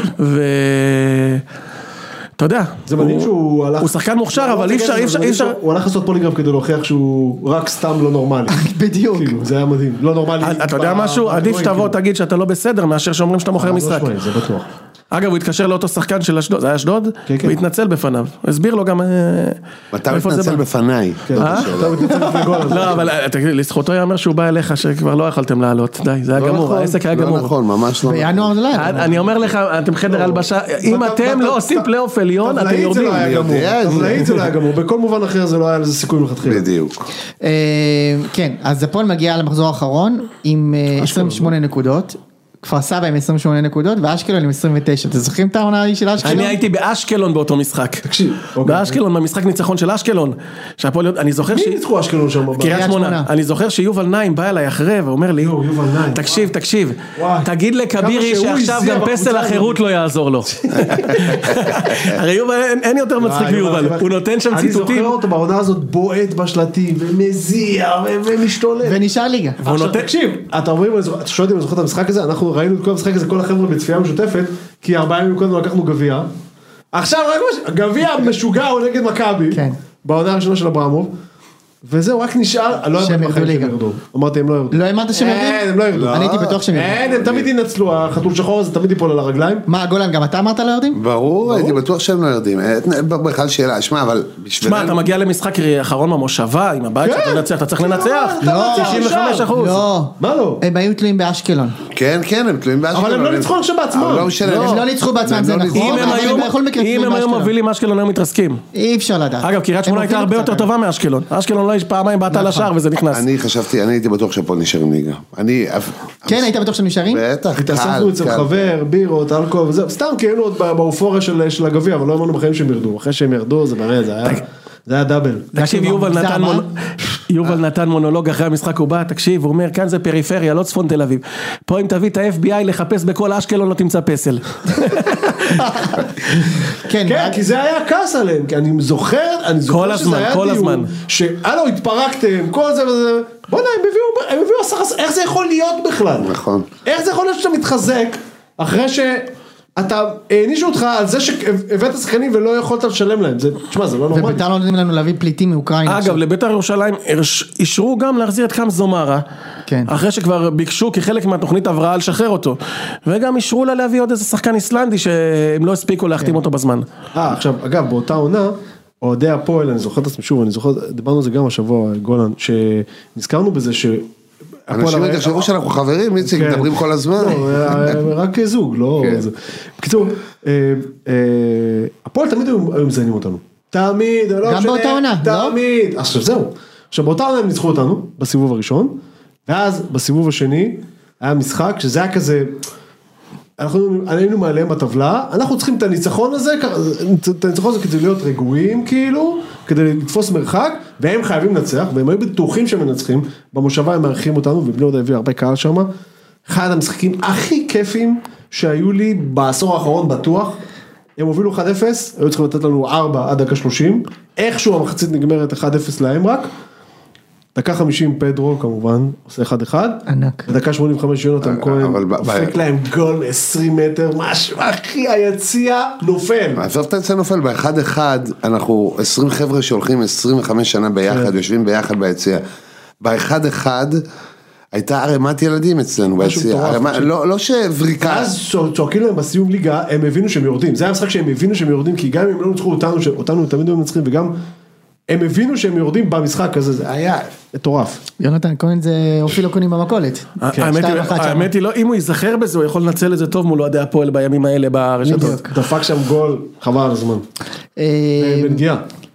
Speaker 4: אתה יודע, הוא שחקן מוכשר, אבל אי אפשר...
Speaker 2: הוא הלך לעשות פוליגרף כדי להוכיח שהוא רק סתם לא נורמלי.
Speaker 1: בדיוק.
Speaker 2: זה היה מדהים, לא נורמלי.
Speaker 4: אתה יודע משהו? עדיף שתבוא, תגיד שאתה לא בסדר, מאשר שאומרים שאתה מוכר משחק.
Speaker 2: זה בטוח.
Speaker 4: אגב, הוא התקשר לאותו שחקן של אשדוד, זה היה אשדוד, והתנצל בפניו. הוא הסביר לו גם...
Speaker 3: מתי הוא התנצל בפניי?
Speaker 4: לא, אבל לזכותו יאמר שהוא בא אליך, שכבר לא יכולתם לעלות. די, זה היה גמור, העסק היה גמור.
Speaker 3: לא נכון, ממש לא.
Speaker 1: בינואר זה לא היה.
Speaker 4: אני אומר לך, אתם חדר הלבשה, אם אתם לא עושים פלייאוף עליון, אתם יורדים.
Speaker 2: תבלעית זה לא היה גמור, בכל מובן אחר זה לא היה לזה סיכוי מלכתחילה.
Speaker 3: בדיוק.
Speaker 1: כן, אז הפועל מגיע למחזור האחרון עם 28 נקודות. כפר סבא עם 28 נקודות, ואשקלון עם 29. אתם זוכרים את העונה של אשקלון?
Speaker 4: אני הייתי באשקלון באותו משחק.
Speaker 2: תקשיב.
Speaker 4: באשקלון, במשחק ניצחון של אשקלון. אני זוכר
Speaker 2: מי ניצחו אשקלון שם?
Speaker 4: קריית שמונה. אני זוכר שיובל נעים בא אליי אחרי, ואומר לי, תקשיב, תגיד לקבירי שעכשיו גם פסל החירות לא יעזור לו. הרי יובל, אין יותר מצחיק מיובל. הוא נותן שם ציטוטים.
Speaker 2: אני זוכר אותו בעונה הזאת בועט בשלטים, ומזיע, ומשתולל.
Speaker 1: ונשאר ליגה.
Speaker 2: תקשיב, אתה שואל אם אני זוכר את המשחק הזה, אנחנו ראינו את כל המשחק הזה, כל החבר'ה בצפייה משותפת, כי 4 ימים קודם לקחנו גביע. עכשיו גביע משוגע הוא נגד מכבי, בעונה הראשונה של אברמוב, וזהו, רק נשאר, לא ירדו. אמרתי, הם לא ירדו.
Speaker 1: לא האמנת שהם ירדו?
Speaker 2: אין, הם לא ירדו.
Speaker 1: אני הייתי בטוח שהם ירדו.
Speaker 2: אין, הם תמיד ינצלו, החתול שחור הזה תמיד ייפול על הרגליים.
Speaker 1: מה, גולן, גם אתה אמרת לא יורדים?
Speaker 3: ברור, הייתי בטוח שהם לא יורדים. בכלל שאלה, שמע, אבל...
Speaker 4: שמע, אתה מגיע למשחק אחרון במושבה, עם הבית שאתה לנצח, אתה צריך לנצח.
Speaker 1: לא,
Speaker 4: 95%.
Speaker 1: לא.
Speaker 2: מה לא?
Speaker 1: הם היו תלויים באשקלון.
Speaker 3: כן, הם תלויים באשקלון.
Speaker 2: אבל הם לא ניצחו עכשיו בעצמם.
Speaker 1: הם לא ניצחו בעצמם, זה נכון.
Speaker 4: אם הם היו מובילים, אשקלון היו מתרסקים.
Speaker 1: אי אפשר לדעת.
Speaker 4: אגב, קריית שמונה הייתה הרבה יותר טובה מאשקלון. אשקלון לא יש פעמיים בעטה לשער וזה נכנס.
Speaker 3: אני הייתי בטוח שהפועל נשארים ליגה.
Speaker 1: כן, היית בטוח שהם נשארים?
Speaker 3: בטח,
Speaker 2: התאספנו אצל חבר, בירות, אלכוהול וזה, סתם כי היינו עוד באופוריה של הגביע, אבל לא אמרנו בחיים שהם ירדו. אחרי שהם ירדו, זה באמת, זה היה דאבל.
Speaker 4: תקשיב, יובל נתן מונולוג אחרי המשחק, הוא בא, תקשיב, הוא אומר, כאן זה פריפריה, לא צפון תל אביב. פה אם תביא את ה-FBI לחפש בכל אשקלון, לא תמצא פסל.
Speaker 2: כן, כי זה היה כעס עליהם, כי אני זוכר שזה היה דיון, שהלו, התפרקתם, כל זה וזה, בוא נה, הם הביאו הסחס, איך זה יכול להיות בכלל?
Speaker 3: נכון.
Speaker 2: איך זה יכול להיות שאתה מתחזק, אחרי אתה הענישו אותך על זה שהבאת שחקנים ולא יכולת לשלם להם, תשמע, זה לא נורמלי.
Speaker 1: וביתר לא נותנים לנו להביא פליטים מאוקראינה.
Speaker 4: אגב, לביתר ירושלים אישרו גם להחזיר את קם זומרה, אחרי שכבר ביקשו כחלק מהתוכנית הבראה לשחרר אותו, וגם אישרו לה להביא עוד איזה שחקן איסלנדי שהם לא הספיקו להחתים אותו בזמן.
Speaker 2: עכשיו, אגב, באותה עונה, אוהדי הפועל, אני זוכר את עצמי שוב, דיברנו על זה גם השבוע, גולן, שנזכרנו בזה
Speaker 3: אנשים יחשבו שאנחנו חברים, איציק, מדברים כל הזמן.
Speaker 2: לא, רק זוג, לא... בקיצור, הפועל תמיד היו מזיינים אותנו. תמיד, לא משנה.
Speaker 1: גם באותה עונה, לא?
Speaker 2: תמיד. עכשיו זהו. עכשיו באותה עונה הם ניצחו אותנו, בסיבוב הראשון, ואז בסיבוב השני, היה משחק שזה היה כזה... אנחנו היינו מעליהם בטבלה, אנחנו צריכים את הניצחון הזה כדי להיות רגועים כאילו, כדי לתפוס מרחק, והם חייבים לנצח, והם היו בטוחים שהם מנצחים, במושבה הם מארחים אותנו, ובני יהודה הביא הרבה קהל שם, אחד המשחקים הכי כיפים שהיו לי בעשור האחרון בטוח, הם הובילו 1-0, היו צריכים לתת לנו 4 עד דקה 30, איכשהו המחצית נגמרת 1-0 להם רק, דקה 50 פדרו כמובן, עושה 1-1.
Speaker 1: ענק.
Speaker 2: בדקה 85 יונתן כהן, הופק להם גול מ-20 מטר, משהו הכי היציע נופל.
Speaker 3: עזוב את היציע נופל, ב-1-1 אנחנו 20 חבר'ה שהולכים 25 שנה ביחד, יושבים ביחד ביציע. ב-1-1 הייתה ערמת ילדים אצלנו ביציע, לא שבריקה.
Speaker 2: אז צועקים להם בסיום ליגה, הם הבינו שהם יורדים, זה היה המשחק שהם הבינו שהם יורדים, כי גם אם הם לא נצחו אותנו תמיד הם נצחים, וגם הם הבינו שהם יורדים במשחק הזה, זה היה מטורף.
Speaker 1: יונתן כהן זה אופילו קונים במכולת.
Speaker 4: האמת היא לא, אם הוא ייזכר בזה, הוא יכול לנצל את זה טוב מול אוהדי הפועל בימים האלה ברשתות.
Speaker 2: דפק שם גול, חבל על הזמן. בנגיעה.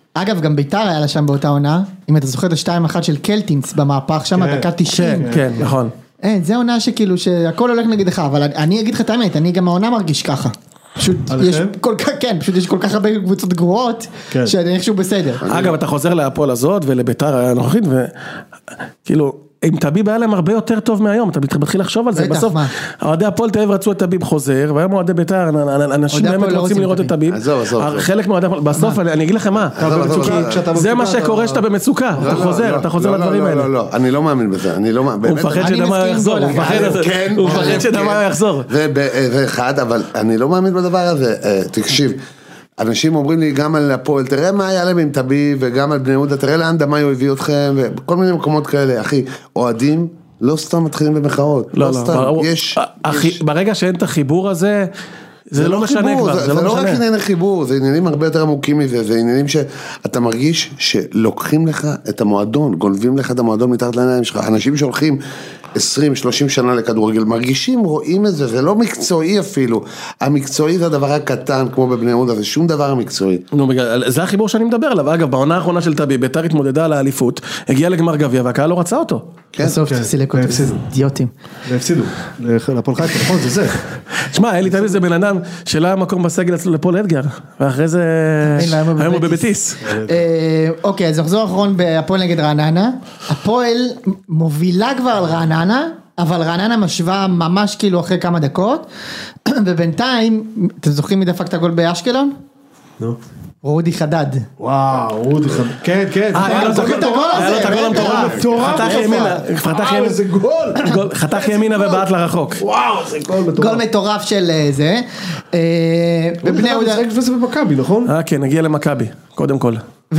Speaker 1: אגב, גם ביתר היה לה שם באותה עונה, אם אתה זוכר את ה-2-1 של קלטינס במהפך שם, דקה 90.
Speaker 4: כן, נכון.
Speaker 1: זה עונה שכאילו, שהכל הולך נגדך, אבל אני אגיד לך את האמת, אני גם העונה מרגיש ככה. פשוט יש כל כך, כן, פשוט יש כל כך הרבה קבוצות גרועות, שאני איכשהו בסדר.
Speaker 4: אגב, אתה חוזר להפועל הזאת ולביתר הנוכחית, וכאילו, עם טביב היה להם הרבה יותר טוב מהיום, אתה מתחיל לחשוב על זה, בסוף, אוהדי הפועל תל אביב רצו את טביב חוזר, והיום אוהדי ביתר, אנשים באמת רוצים לראות את טביב, חלק מאוהדי הפועל, בסוף אני אגיד לכם מה, זה מה שקורה שאתה במצוקה, אתה חוזר לדברים האלה.
Speaker 3: לא, אני לא מאמין בזה,
Speaker 4: הוא מפחד שדמה יחזור, הוא מפחד שדמה יחזור.
Speaker 3: זה אחד, אבל אני לא מאמין בדבר הזה, תקשיב, אנשים אומרים לי גם על הפועל, תראה מה היה להם עם טביב, וגם על בני יהודה, תראה לאן דמאיו הביא אתכם, וכל מיני מקומות כאלה, אחי, אוהדים, לא סתם מתחילים במחאות, לא סתם,
Speaker 4: ברגע שאין את החיבור הזה, זה לא משנה כבר,
Speaker 3: זה לא רק עניין החיבור, זה עניינים הרבה יותר עמוקים מזה, זה עניינים שאתה מרגיש שלוקחים לך את המועדון, גונבים לך את המועדון מתחת לעיניים שלך, אנשים שהולכים 20-30 שנה לכדורגל, מרגישים, רואים את זה, זה לא מקצועי אפילו, המקצועי זה הדבר הקטן, כמו בבני יהודה, זה שום דבר המקצועי.
Speaker 4: נו, זה החיבור שאני מדבר עליו, אגב, בעונה האחרונה של טביב, ביתר התמודדה על האליפות, הגיעה לגמר גביע, והקהל לא רצה אותו.
Speaker 1: בסוף סילקו אותו, אידיוטים.
Speaker 2: והפסידו, לפועל חיפה, נכון, זה זה.
Speaker 4: תשמע, אלי טביב זה בן אדם שלא היה מקום בסגל אצלו לפועל אתגר, ואחרי זה היום הוא בבטיס.
Speaker 1: אוקיי, אז נחזור אחרון בהפועל נגד רעננה, הפועל מובילה כבר על רעננה, אבל רעננה משווה ממש כאילו אחרי כמה דקות, ובינתיים, אתם זוכרים מי דפק את הגול באשקלון?
Speaker 2: נו.
Speaker 1: רודי חדד.
Speaker 2: וואו, רודי חדד. כן, כן.
Speaker 4: היה לו את הגול המטורף. חתך ימינה.
Speaker 2: איזה גול.
Speaker 4: חתך ימינה ובעט לרחוק.
Speaker 2: וואו, זה גול מטורף.
Speaker 1: גול מטורף של זה.
Speaker 2: ובני יהודה. זה במכבי, נכון?
Speaker 4: כן, נגיע למכבי, קודם כל.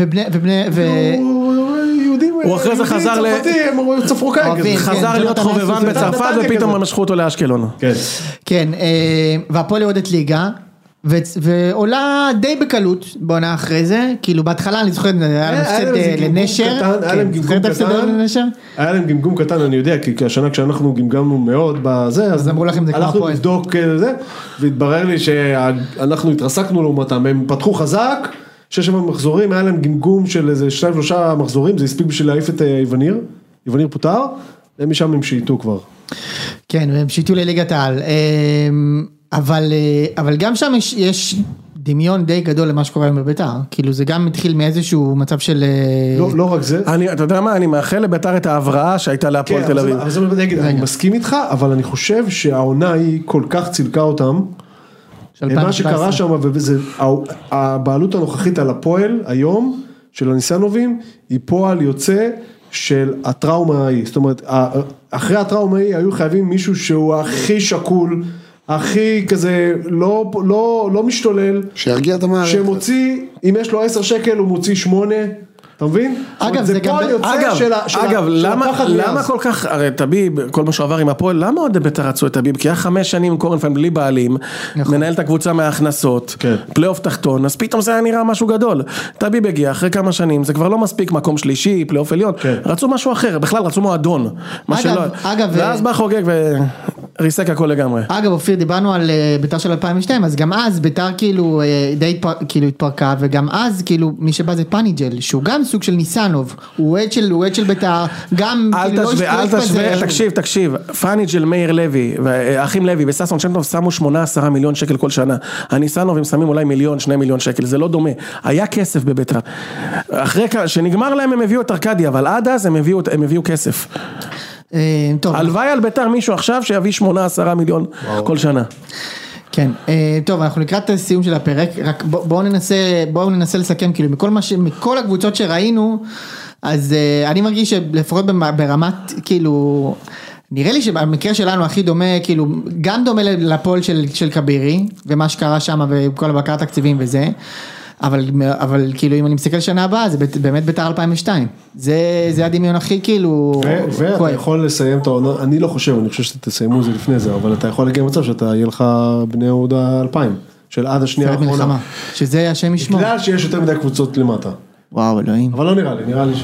Speaker 4: הוא אחרי זה חזר להיות חובבן בצרפת ופתאום משכו אותו לאשקלון.
Speaker 1: כן, והפועל יורדת ליגה. ועולה די בקלות בעונה אחרי זה, כאילו בהתחלה אני זוכרת, היה להם הפסד לנשר,
Speaker 2: היה להם גמגום קטן, אני יודע, כי השנה כשאנחנו גמגמנו מאוד בזה, אז
Speaker 1: אמרו לכם זה כמו הפועל.
Speaker 2: הלכנו לבדוק זה, והתברר לי שאנחנו התרסקנו לעומתם, הם פתחו חזק, 6-7 מחזורים, היה להם גמגום של איזה 2-3 מחזורים, זה הספיק בשביל להעיף את יווניר פוטר, הם משם הם שייטו כבר.
Speaker 1: כן, הם שייטו לליגת העל. אבל גם שם יש דמיון די גדול למה שקורה עם ביתר, כאילו זה גם מתחיל מאיזשהו מצב של...
Speaker 2: לא רק זה.
Speaker 4: אתה יודע מה, אני מאחל לביתר את ההבראה שהייתה להפועל תל אביב.
Speaker 2: אני מסכים איתך, אבל אני חושב שהעונה היא כל כך צילקה אותם, מה שקרה שם, הבעלות הנוכחית על הפועל היום, של הניסנובים, היא פועל יוצא של הטראומה ההיא, זאת אומרת, אחרי הטראומה ההיא היו חייבים מישהו שהוא הכי שקול, הכי כזה, לא משתולל.
Speaker 3: שירגיע את המערכת.
Speaker 2: שמוציא, אם יש לו 10 שקל, הוא מוציא 8. אתה מבין?
Speaker 1: אגב, זה גם...
Speaker 4: אגב, למה כל כך, הרי טביב, כל מה שעבר עם הפועל, למה עוד ביתר רצו את טביב? כי היה 5 שנים קורנפיין בלי בעלים, מנהל את הקבוצה מההכנסות, פלייאוף תחתון, אז פתאום זה היה נראה משהו גדול. טביב הגיע אחרי כמה שנים, זה כבר לא מספיק מקום שלישי, פלייאוף עליון, רצו משהו אחר, בכלל רצו מועדון. ואז בא חוגג וריסק הכל לגמרי.
Speaker 1: אגב, אופיר, דיברנו על ביתר של 2002, אז גם אז ביתר כאילו די התפרקה, וגם אז כאילו מי שבא זה פניג'ל, שהוא גם סוג של ניסנוב, הוא עד של ביתר, גם
Speaker 4: אל תשווה, תקשיב, פניג'ל, מאיר לוי, האחים לוי וססון שמטוב שמו 18 מיליון שקל כל שנה, הניסנובים שמים אולי 1-2 מיליון שקל, זה לא דומה, היה כסף בביתר, אחרי שנגמר להם הם הביאו את ארקדיה, אבל עד אז הם הביאו כסף. הלוואי על ביתר מישהו עכשיו שיביא 18 מיליון כל שנה.
Speaker 1: כן, טוב, אנחנו לקראת הסיום של הפרק, רק בואו ננסה לסכם, כאילו, מכל הקבוצות שראינו, אז אני מרגיש שלפחות ברמת, כאילו, נראה לי שבמקרה שלנו הכי דומה, כאילו, גם דומה לפועל של קבירי, ומה שקרה שם, וכל הבקרת תקציבים וזה, אבל כאילו אם אני מסתכל שנה הבאה, זה באמת ביתר 2002, זה הדמיון הכי כאילו...
Speaker 2: ואתה יכול לסיים את העונה, אני לא חושב, אני חושב שאתה תסיימו את זה לפני זה, אבל אתה יכול להגיע למצב שאתה יהיה לך בני יהודה 2000, של עד השנייה האחרונה.
Speaker 1: שזה השם ישמור.
Speaker 2: בגלל שיש יותר מדי קבוצות למטה.
Speaker 1: וואו, אלוהים.
Speaker 2: אבל לא נראה לי ש...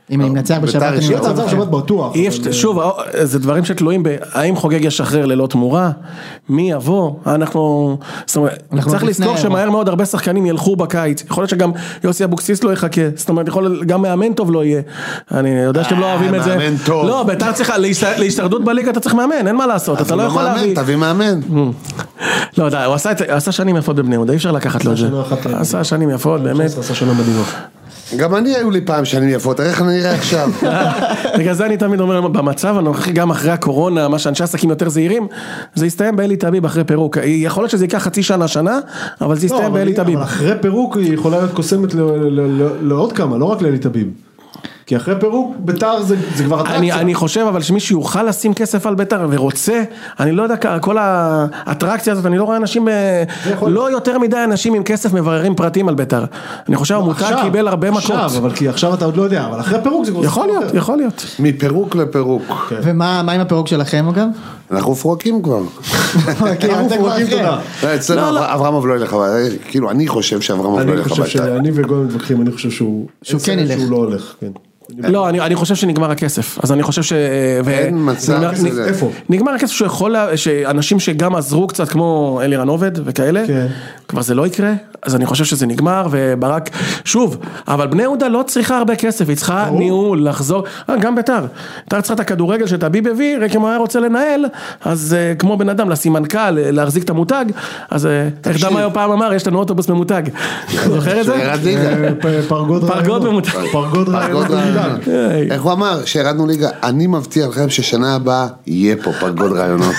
Speaker 1: אם אני מנצח בשבת, אני
Speaker 2: לא תנצח בשבת בטוח.
Speaker 4: שוב, זה דברים שתלויים האם חוגג ישחרר ללא תמורה, מי יבוא, אנחנו צריך לזכור שמהר מאוד הרבה שחקנים ילכו בקיץ, יכול להיות שגם יוסי אבוקסיס לא יחכה, זאת אומרת, גם מאמן טוב לא יהיה, אני יודע שאתם לא אוהבים את זה, לא, בית"ר צריך, להשתרדות בליגה אתה צריך מאמן, אין מה לעשות, אתה לא יכול להביא,
Speaker 3: תביא מאמן.
Speaker 4: לא יודע, הוא עשה שנים יפות בבני יהודה, אי אפשר לקחת לו את זה, עשה שנים יפות, באמת.
Speaker 3: גם אני היו לי פעם שנים יפות, איך אני נראה עכשיו?
Speaker 4: בגלל זה אני תמיד אומר, במצב הנוכחי, גם אחרי הקורונה, מה שאנשי עסקים יותר זהירים, זה יסתיים באלי טביב אחרי פירוק. יכול להיות שזה ייקח חצי שנה, אבל זה יסתיים באלי טביב.
Speaker 2: אבל אחרי פירוק היא יכולה להיות קוסמת לעוד כמה, לא רק לאלי טביב. כי אחרי פירוק, ביתר זה כבר אטרקציה.
Speaker 4: אני חושב, אבל שמישהו יוכל לשים כסף על ביתר ורוצה, אני לא יודע, כל האטרקציה הזאת, אני לא רואה אנשים, לא יותר מדי אנשים עם כסף מבררים פרטים על ביתר. אני חושב, המותג קיבל הרבה מכות.
Speaker 2: עכשיו, אבל כי עכשיו אתה עוד לא יודע, אבל אחרי פירוק זה כבר...
Speaker 4: יכול להיות.
Speaker 3: מפירוק לפירוק.
Speaker 1: ומה עם הפירוק שלכם אגב?
Speaker 3: אנחנו מפורקים כבר.
Speaker 2: אנחנו מפורקים תודה.
Speaker 3: אצלנו אברמוב לא ילך, כאילו אני חושב שאברמוב לא ילך.
Speaker 2: אני וגול מתווכחים, אני חושב שהוא לא הולך, כן.
Speaker 4: לא, אני חושב שנגמר הכסף, אז אני חושב
Speaker 3: אין מצב,
Speaker 2: איפה?
Speaker 4: נגמר הכסף שהוא יכול, שאנשים שגם עזרו קצת כמו אלירן עובד וכאלה, כבר זה לא יקרה, אז אני חושב שזה נגמר, וברק, שוב, אבל בני יהודה לא צריכה הרבה כסף, היא צריכה ניהול, לחזור, גם ביתר, ביתר צריכה את הכדורגל שטביב הביא, רק אם הוא היה רוצה לנהל, אז כמו בן אדם, לשים מנכ"ל, להחזיק את המותג, אז איך דם היום פעם אמר, יש לנו אוטובוס ממותג, זוכר את זה? פרגוד ממותג.
Speaker 3: איך הוא אמר, שירדנו ליגה, אני מבטיח לכם ששנה הבאה יהיה פה פרגוד רעיונות.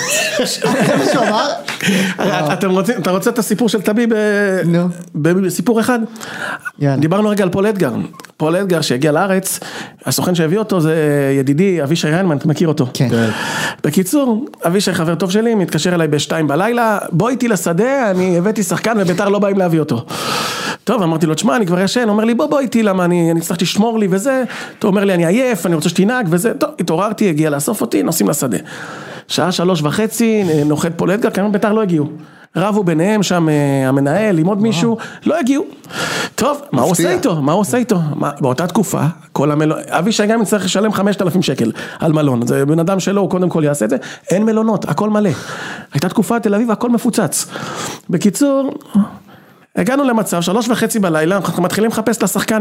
Speaker 4: אתה רוצה את הסיפור של טביב בסיפור אחד? דיברנו רגע על פול אדגר שהגיע לארץ, הסוכן שהביא אותו זה ידידי אבישי ריינמן, אתה מכיר אותו?
Speaker 1: כן.
Speaker 4: בקיצור, אבישי חבר טוב שלי מתקשר אליי ב-2 בלילה, בוא איתי לשדה, אני הבאתי שחקן וביתר לא באים להביא אותו. טוב, אמרתי לו, תשמע, אני כבר ישן, אומר לי, בוא איתי, למה אני צריך לשמור לי וזה, הוא אומר לי, אני עייף, אני רוצה שתנהג וזה, טוב, התעוררתי, הגיע לאסוף אותי, נוסעים לשדה. שעה 3:30, נוחת פול אדגר, כמה ביתר לא הגיעו. רבו ביניהם שם המנהל, עם עוד מישהו, לא הגיעו. טוב, מה הוא עושה איתו? באותה תקופה, אבישי גם יצטרך לשלם 5,000 שקל על מלון, זה בן אדם שלו, הוא קודם כל יעשה את זה, אין מלונות, הכל מלא. הייתה תקופה תל אביב, הכל מפוצץ. בקיצור, הגענו למצב, 3:30 בלילה, אנחנו מתחילים לחפש לשחקן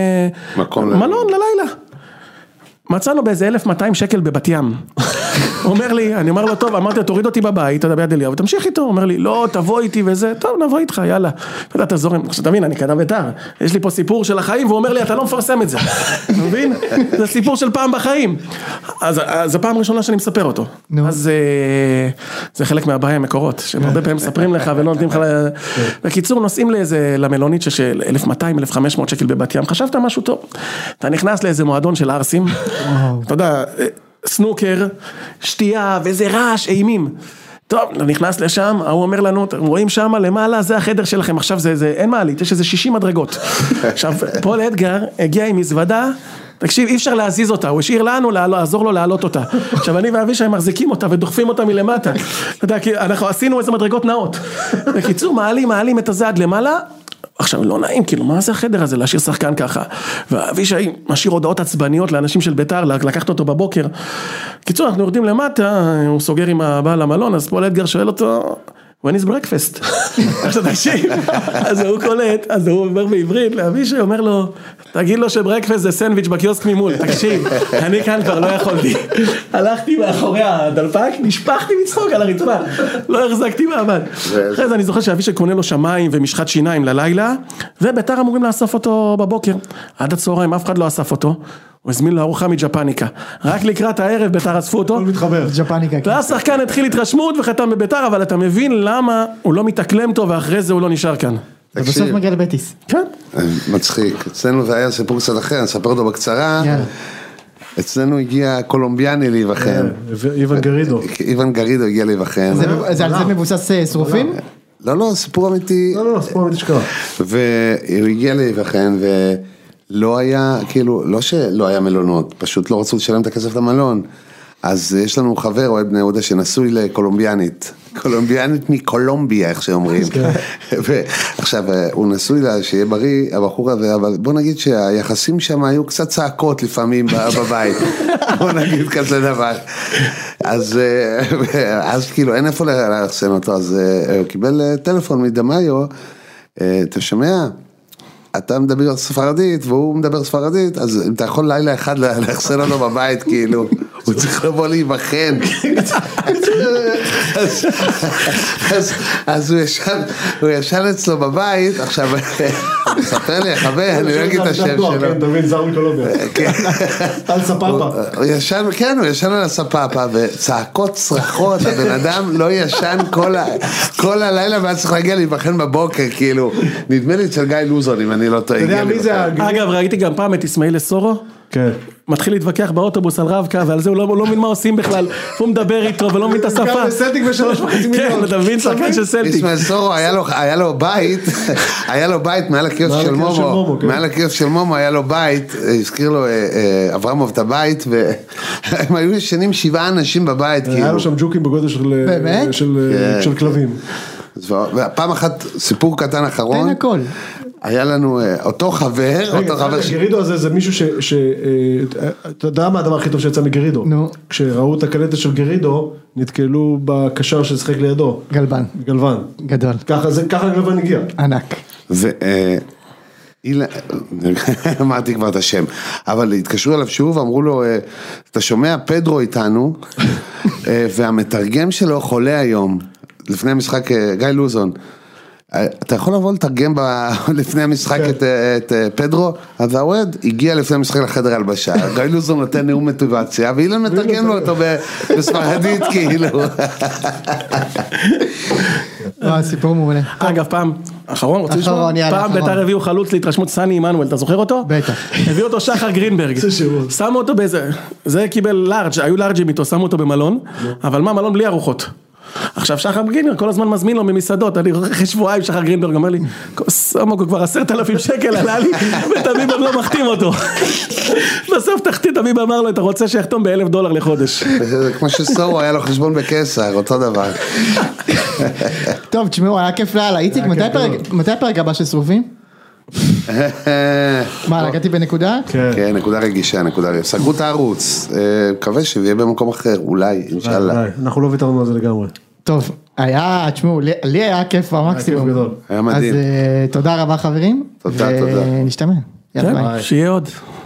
Speaker 4: מלון ללילה. מצאנו באיזה 1,200 שקל בבת ים. אומר לי, אני אומר לו, טוב, אמרתי, תוריד אותי בבית, אתה ביד אליהו, ותמשיך איתו. אומר לי, לא, תבוא איתי וזה, טוב, נבוא איתך, יאללה. ואתה תעזור, תבין, אני כתב בית"ר, יש לי פה סיפור של החיים, והוא אומר לי, אתה לא מפרסם את זה. אתה מבין? זה סיפור של פעם בחיים. אז זו פעם ראשונה שאני מספר אותו. אז זה חלק מהבעיה המקורות, שהם הרבה פעמים מספרים לך ולא נותנים לך... בקיצור, נוסעים למלונית של 1,200-1,500 שקל בבת ים, חשבת משהו טוב. אתה נכנס לאיזה מועדון של ערסים, אתה יודע, סנוקר, שתייה ואיזה רעש, אימים. טוב, נכנס לשם, הוא אומר לנו, רואים שם למעלה, זה החדר שלכם, עכשיו זה אין מעלית, יש איזה 60 מדרגות. עכשיו, פול אדגר הגיע עם מזוודה, תקשיב, אי אפשר להזיז אותה, הוא השאיר לנו לעזור לו להעלות אותה. עכשיו, אני ואבישי מחזיקים אותה ודוחפים אותה מלמטה. אתה יודע, כי אנחנו עשינו איזה מדרגות נאות. בקיצור, מעלים את הזד למעלה, עכשיו, לא נעים, כאילו, מה זה החדר הזה, להשאיר שחקן ככה? ואבישי משאיר הודעות עצבניות לאנשים של בית"ר, לקחת אותו בבוקר. קיצור, אנחנו יורדים למטה, הוא סוגר עם הבעל המלון, אז פול אדגר שואל אותו, when is breakfast? עכשיו תקשיב, אז הוא קולט, אז הוא אומר בעברית, לאבישי אומר לו, תגיד לו שברקפסט זה סנדוויץ' בקיוסק ממול, תקשיב, אני כאן כבר לא יכולתי, הלכתי מאחורי הדלפק, נשפחתי מצחוק על הרצפה, לא החזקתי מעמד. אחרי זה אני זוכר שאבישי קונה לו שמיים ומשחת שיניים ללילה, ובית"ר אמורים לאסוף אותו בבוקר, עד הצהריים אף אחד לא אסף אותו, הוא הזמין לו ארוחה מג'פניקה, רק לקראת הערב בית"ר אספו אותו,
Speaker 1: ג'פניקה.
Speaker 4: והשחקן התחיל התרשמות וחתם בבית"ר, אבל אתה מבין למה הוא לא מתאקלם טוב ואחרי זה הוא לא נשאר כאן.
Speaker 1: ובסוף מגיע לביטיס.
Speaker 4: כן.
Speaker 3: מצחיק, אצלנו זה היה סיפור קצת אחר, נספר אותו בקצרה. אצלנו הגיע קולומביאני להיבחן.
Speaker 2: איוון גרידו.
Speaker 3: איוון גרידו הגיע להיבחן.
Speaker 1: זה על זה מבוסס שרופים?
Speaker 3: לא, סיפור אמיתי.
Speaker 2: לא, סיפור אמיתי שקרה.
Speaker 3: והוא הגיע להיבחן ולא היה, כאילו, לא שלא היה מלונות, פשוט לא רצו לשלם את הכסף למלון. אז יש לנו חבר, אוהד בני יהודה, שנשוי לקולומביאנית. קולומביאנית מקולומביה, איך שאומרים. ועכשיו, הוא נשוי לה, שיהיה בריא, הבחור הזה, אבל בוא נגיד שהיחסים שם היו קצת צעקות לפעמים בבית. בוא נגיד כזה דבר. אז כאילו, אין איפה לאחסן אותו, אז הוא קיבל טלפון מדמיו, אתה שומע? אתה מדבר ספרדית, והוא מדבר ספרדית, אז אם אתה יכול לילה אחד לאחסן אותו בבית, כאילו, הוא צריך לבוא להיבחן. אז הוא ישן אצלו בבית, עכשיו, ספר לי, חבר, אני לא אגיד את השם שלו.
Speaker 2: כן, תבין, זר מקולומביה. על ספאפה.
Speaker 3: כן, הוא ישן על הספאפה, וצעקות צרחות, הבן אדם לא ישן כל הלילה, ואז צריך להגיע להיבחן בבוקר, כאילו, נדמה לי אצל גיא לוזון, אם אני לא טועה.
Speaker 2: אתה יודע מי זה?
Speaker 4: אגב, ראיתי גם פעם את אסמאעיל סורו,
Speaker 2: כן.
Speaker 4: מתחיל להתווכח באוטובוס על רבקה, ועל זה הוא לא מבין מה עושים בכלל, הוא מדבר איתו ולא מבין את השפה.
Speaker 2: גם בסלטיק ב3.5 מיליון.
Speaker 4: כן, אתה מבין, שחקן של סלטיק.
Speaker 3: אסמאעיל סורו, היה לו בית מעל הקיוסק של מומו, מעל הקיוסק של מומו היה לו בית, הזכיר לו אברמוב את הבית, והם היו ישנים 7 אנשים בבית.
Speaker 2: היה לו שם ג'וקים בגודל של כלבים.
Speaker 3: ופעם אחת, סיפור קטן אחרון.
Speaker 1: תן הכל.
Speaker 3: היה לנו אותו חבר,
Speaker 2: גרידו הזה זה מישהו אתה יודע מה הדבר הכי טוב שיצא מגרידו?
Speaker 1: נו.
Speaker 2: כשראו את הקלטת של גרידו, נתקלו בקשר ששחק לידו.
Speaker 1: גלבן. גדול.
Speaker 2: ככה גלבן הגיע.
Speaker 1: ענק.
Speaker 3: אמרתי כבר את השם, אבל התקשרו אליו שוב, אמרו לו, אתה שומע, פדרו איתנו, והמתרגם שלו חולה היום, לפני המשחק, גיא לוזון, אתה יכול לבוא לתרגם לפני המשחק את פדרו, אז האוהד הגיע לפני המשחק לחדר הלבשה, גיא לוזון נותן נאום מוטיבציה, ואילן מתרגם לו אותו בספרדית כאילו.
Speaker 1: סיפור מעולה.
Speaker 4: אגב, פעם, אחרון, רוצה לשמוע? פעם בית"ר הביאו חלוץ להתרשמות סני עמנואל, אתה זוכר אותו?
Speaker 1: בטח.
Speaker 4: הביאו אותו שחר גרינברג, שמו אותו באיזה, זה קיבל לארג', היו לארג'ים איתו, שמו אותו במלון, אבל מה, מלון בלי ארוחות. עכשיו שחר גרינברג כל הזמן מזמין לו ממסעדות, אני אחרי שבועיים שחר גרינברג אומר לי, סמוק כבר 10,000 שקל עלה לי, ותמיד עוד לא מחתים אותו. בסוף תמיד אמר לו, אתה רוצה שיחתום $1,000 לחודש.
Speaker 3: זה כמו שסורו היה לו חשבון בקסר, אותו דבר.
Speaker 1: טוב, תשמעו, היה כיף לאללה. איציק, מתי הפרק הבא של שרופים? מה, נגעתי בנקודה?
Speaker 3: כן, נקודה רגישה, סגרו את הערוץ, מקווה שיהיה במקום אחר, אולי, אינשאללה.
Speaker 2: אנחנו לא ויתרנו על זה לגמרי.
Speaker 1: טוב, תשמעו, לי היה כיף במקסימום.
Speaker 3: היה מדהים.
Speaker 1: אז תודה רבה חברים.
Speaker 3: תודה.
Speaker 1: ונשתמע.
Speaker 4: שיהיה עוד.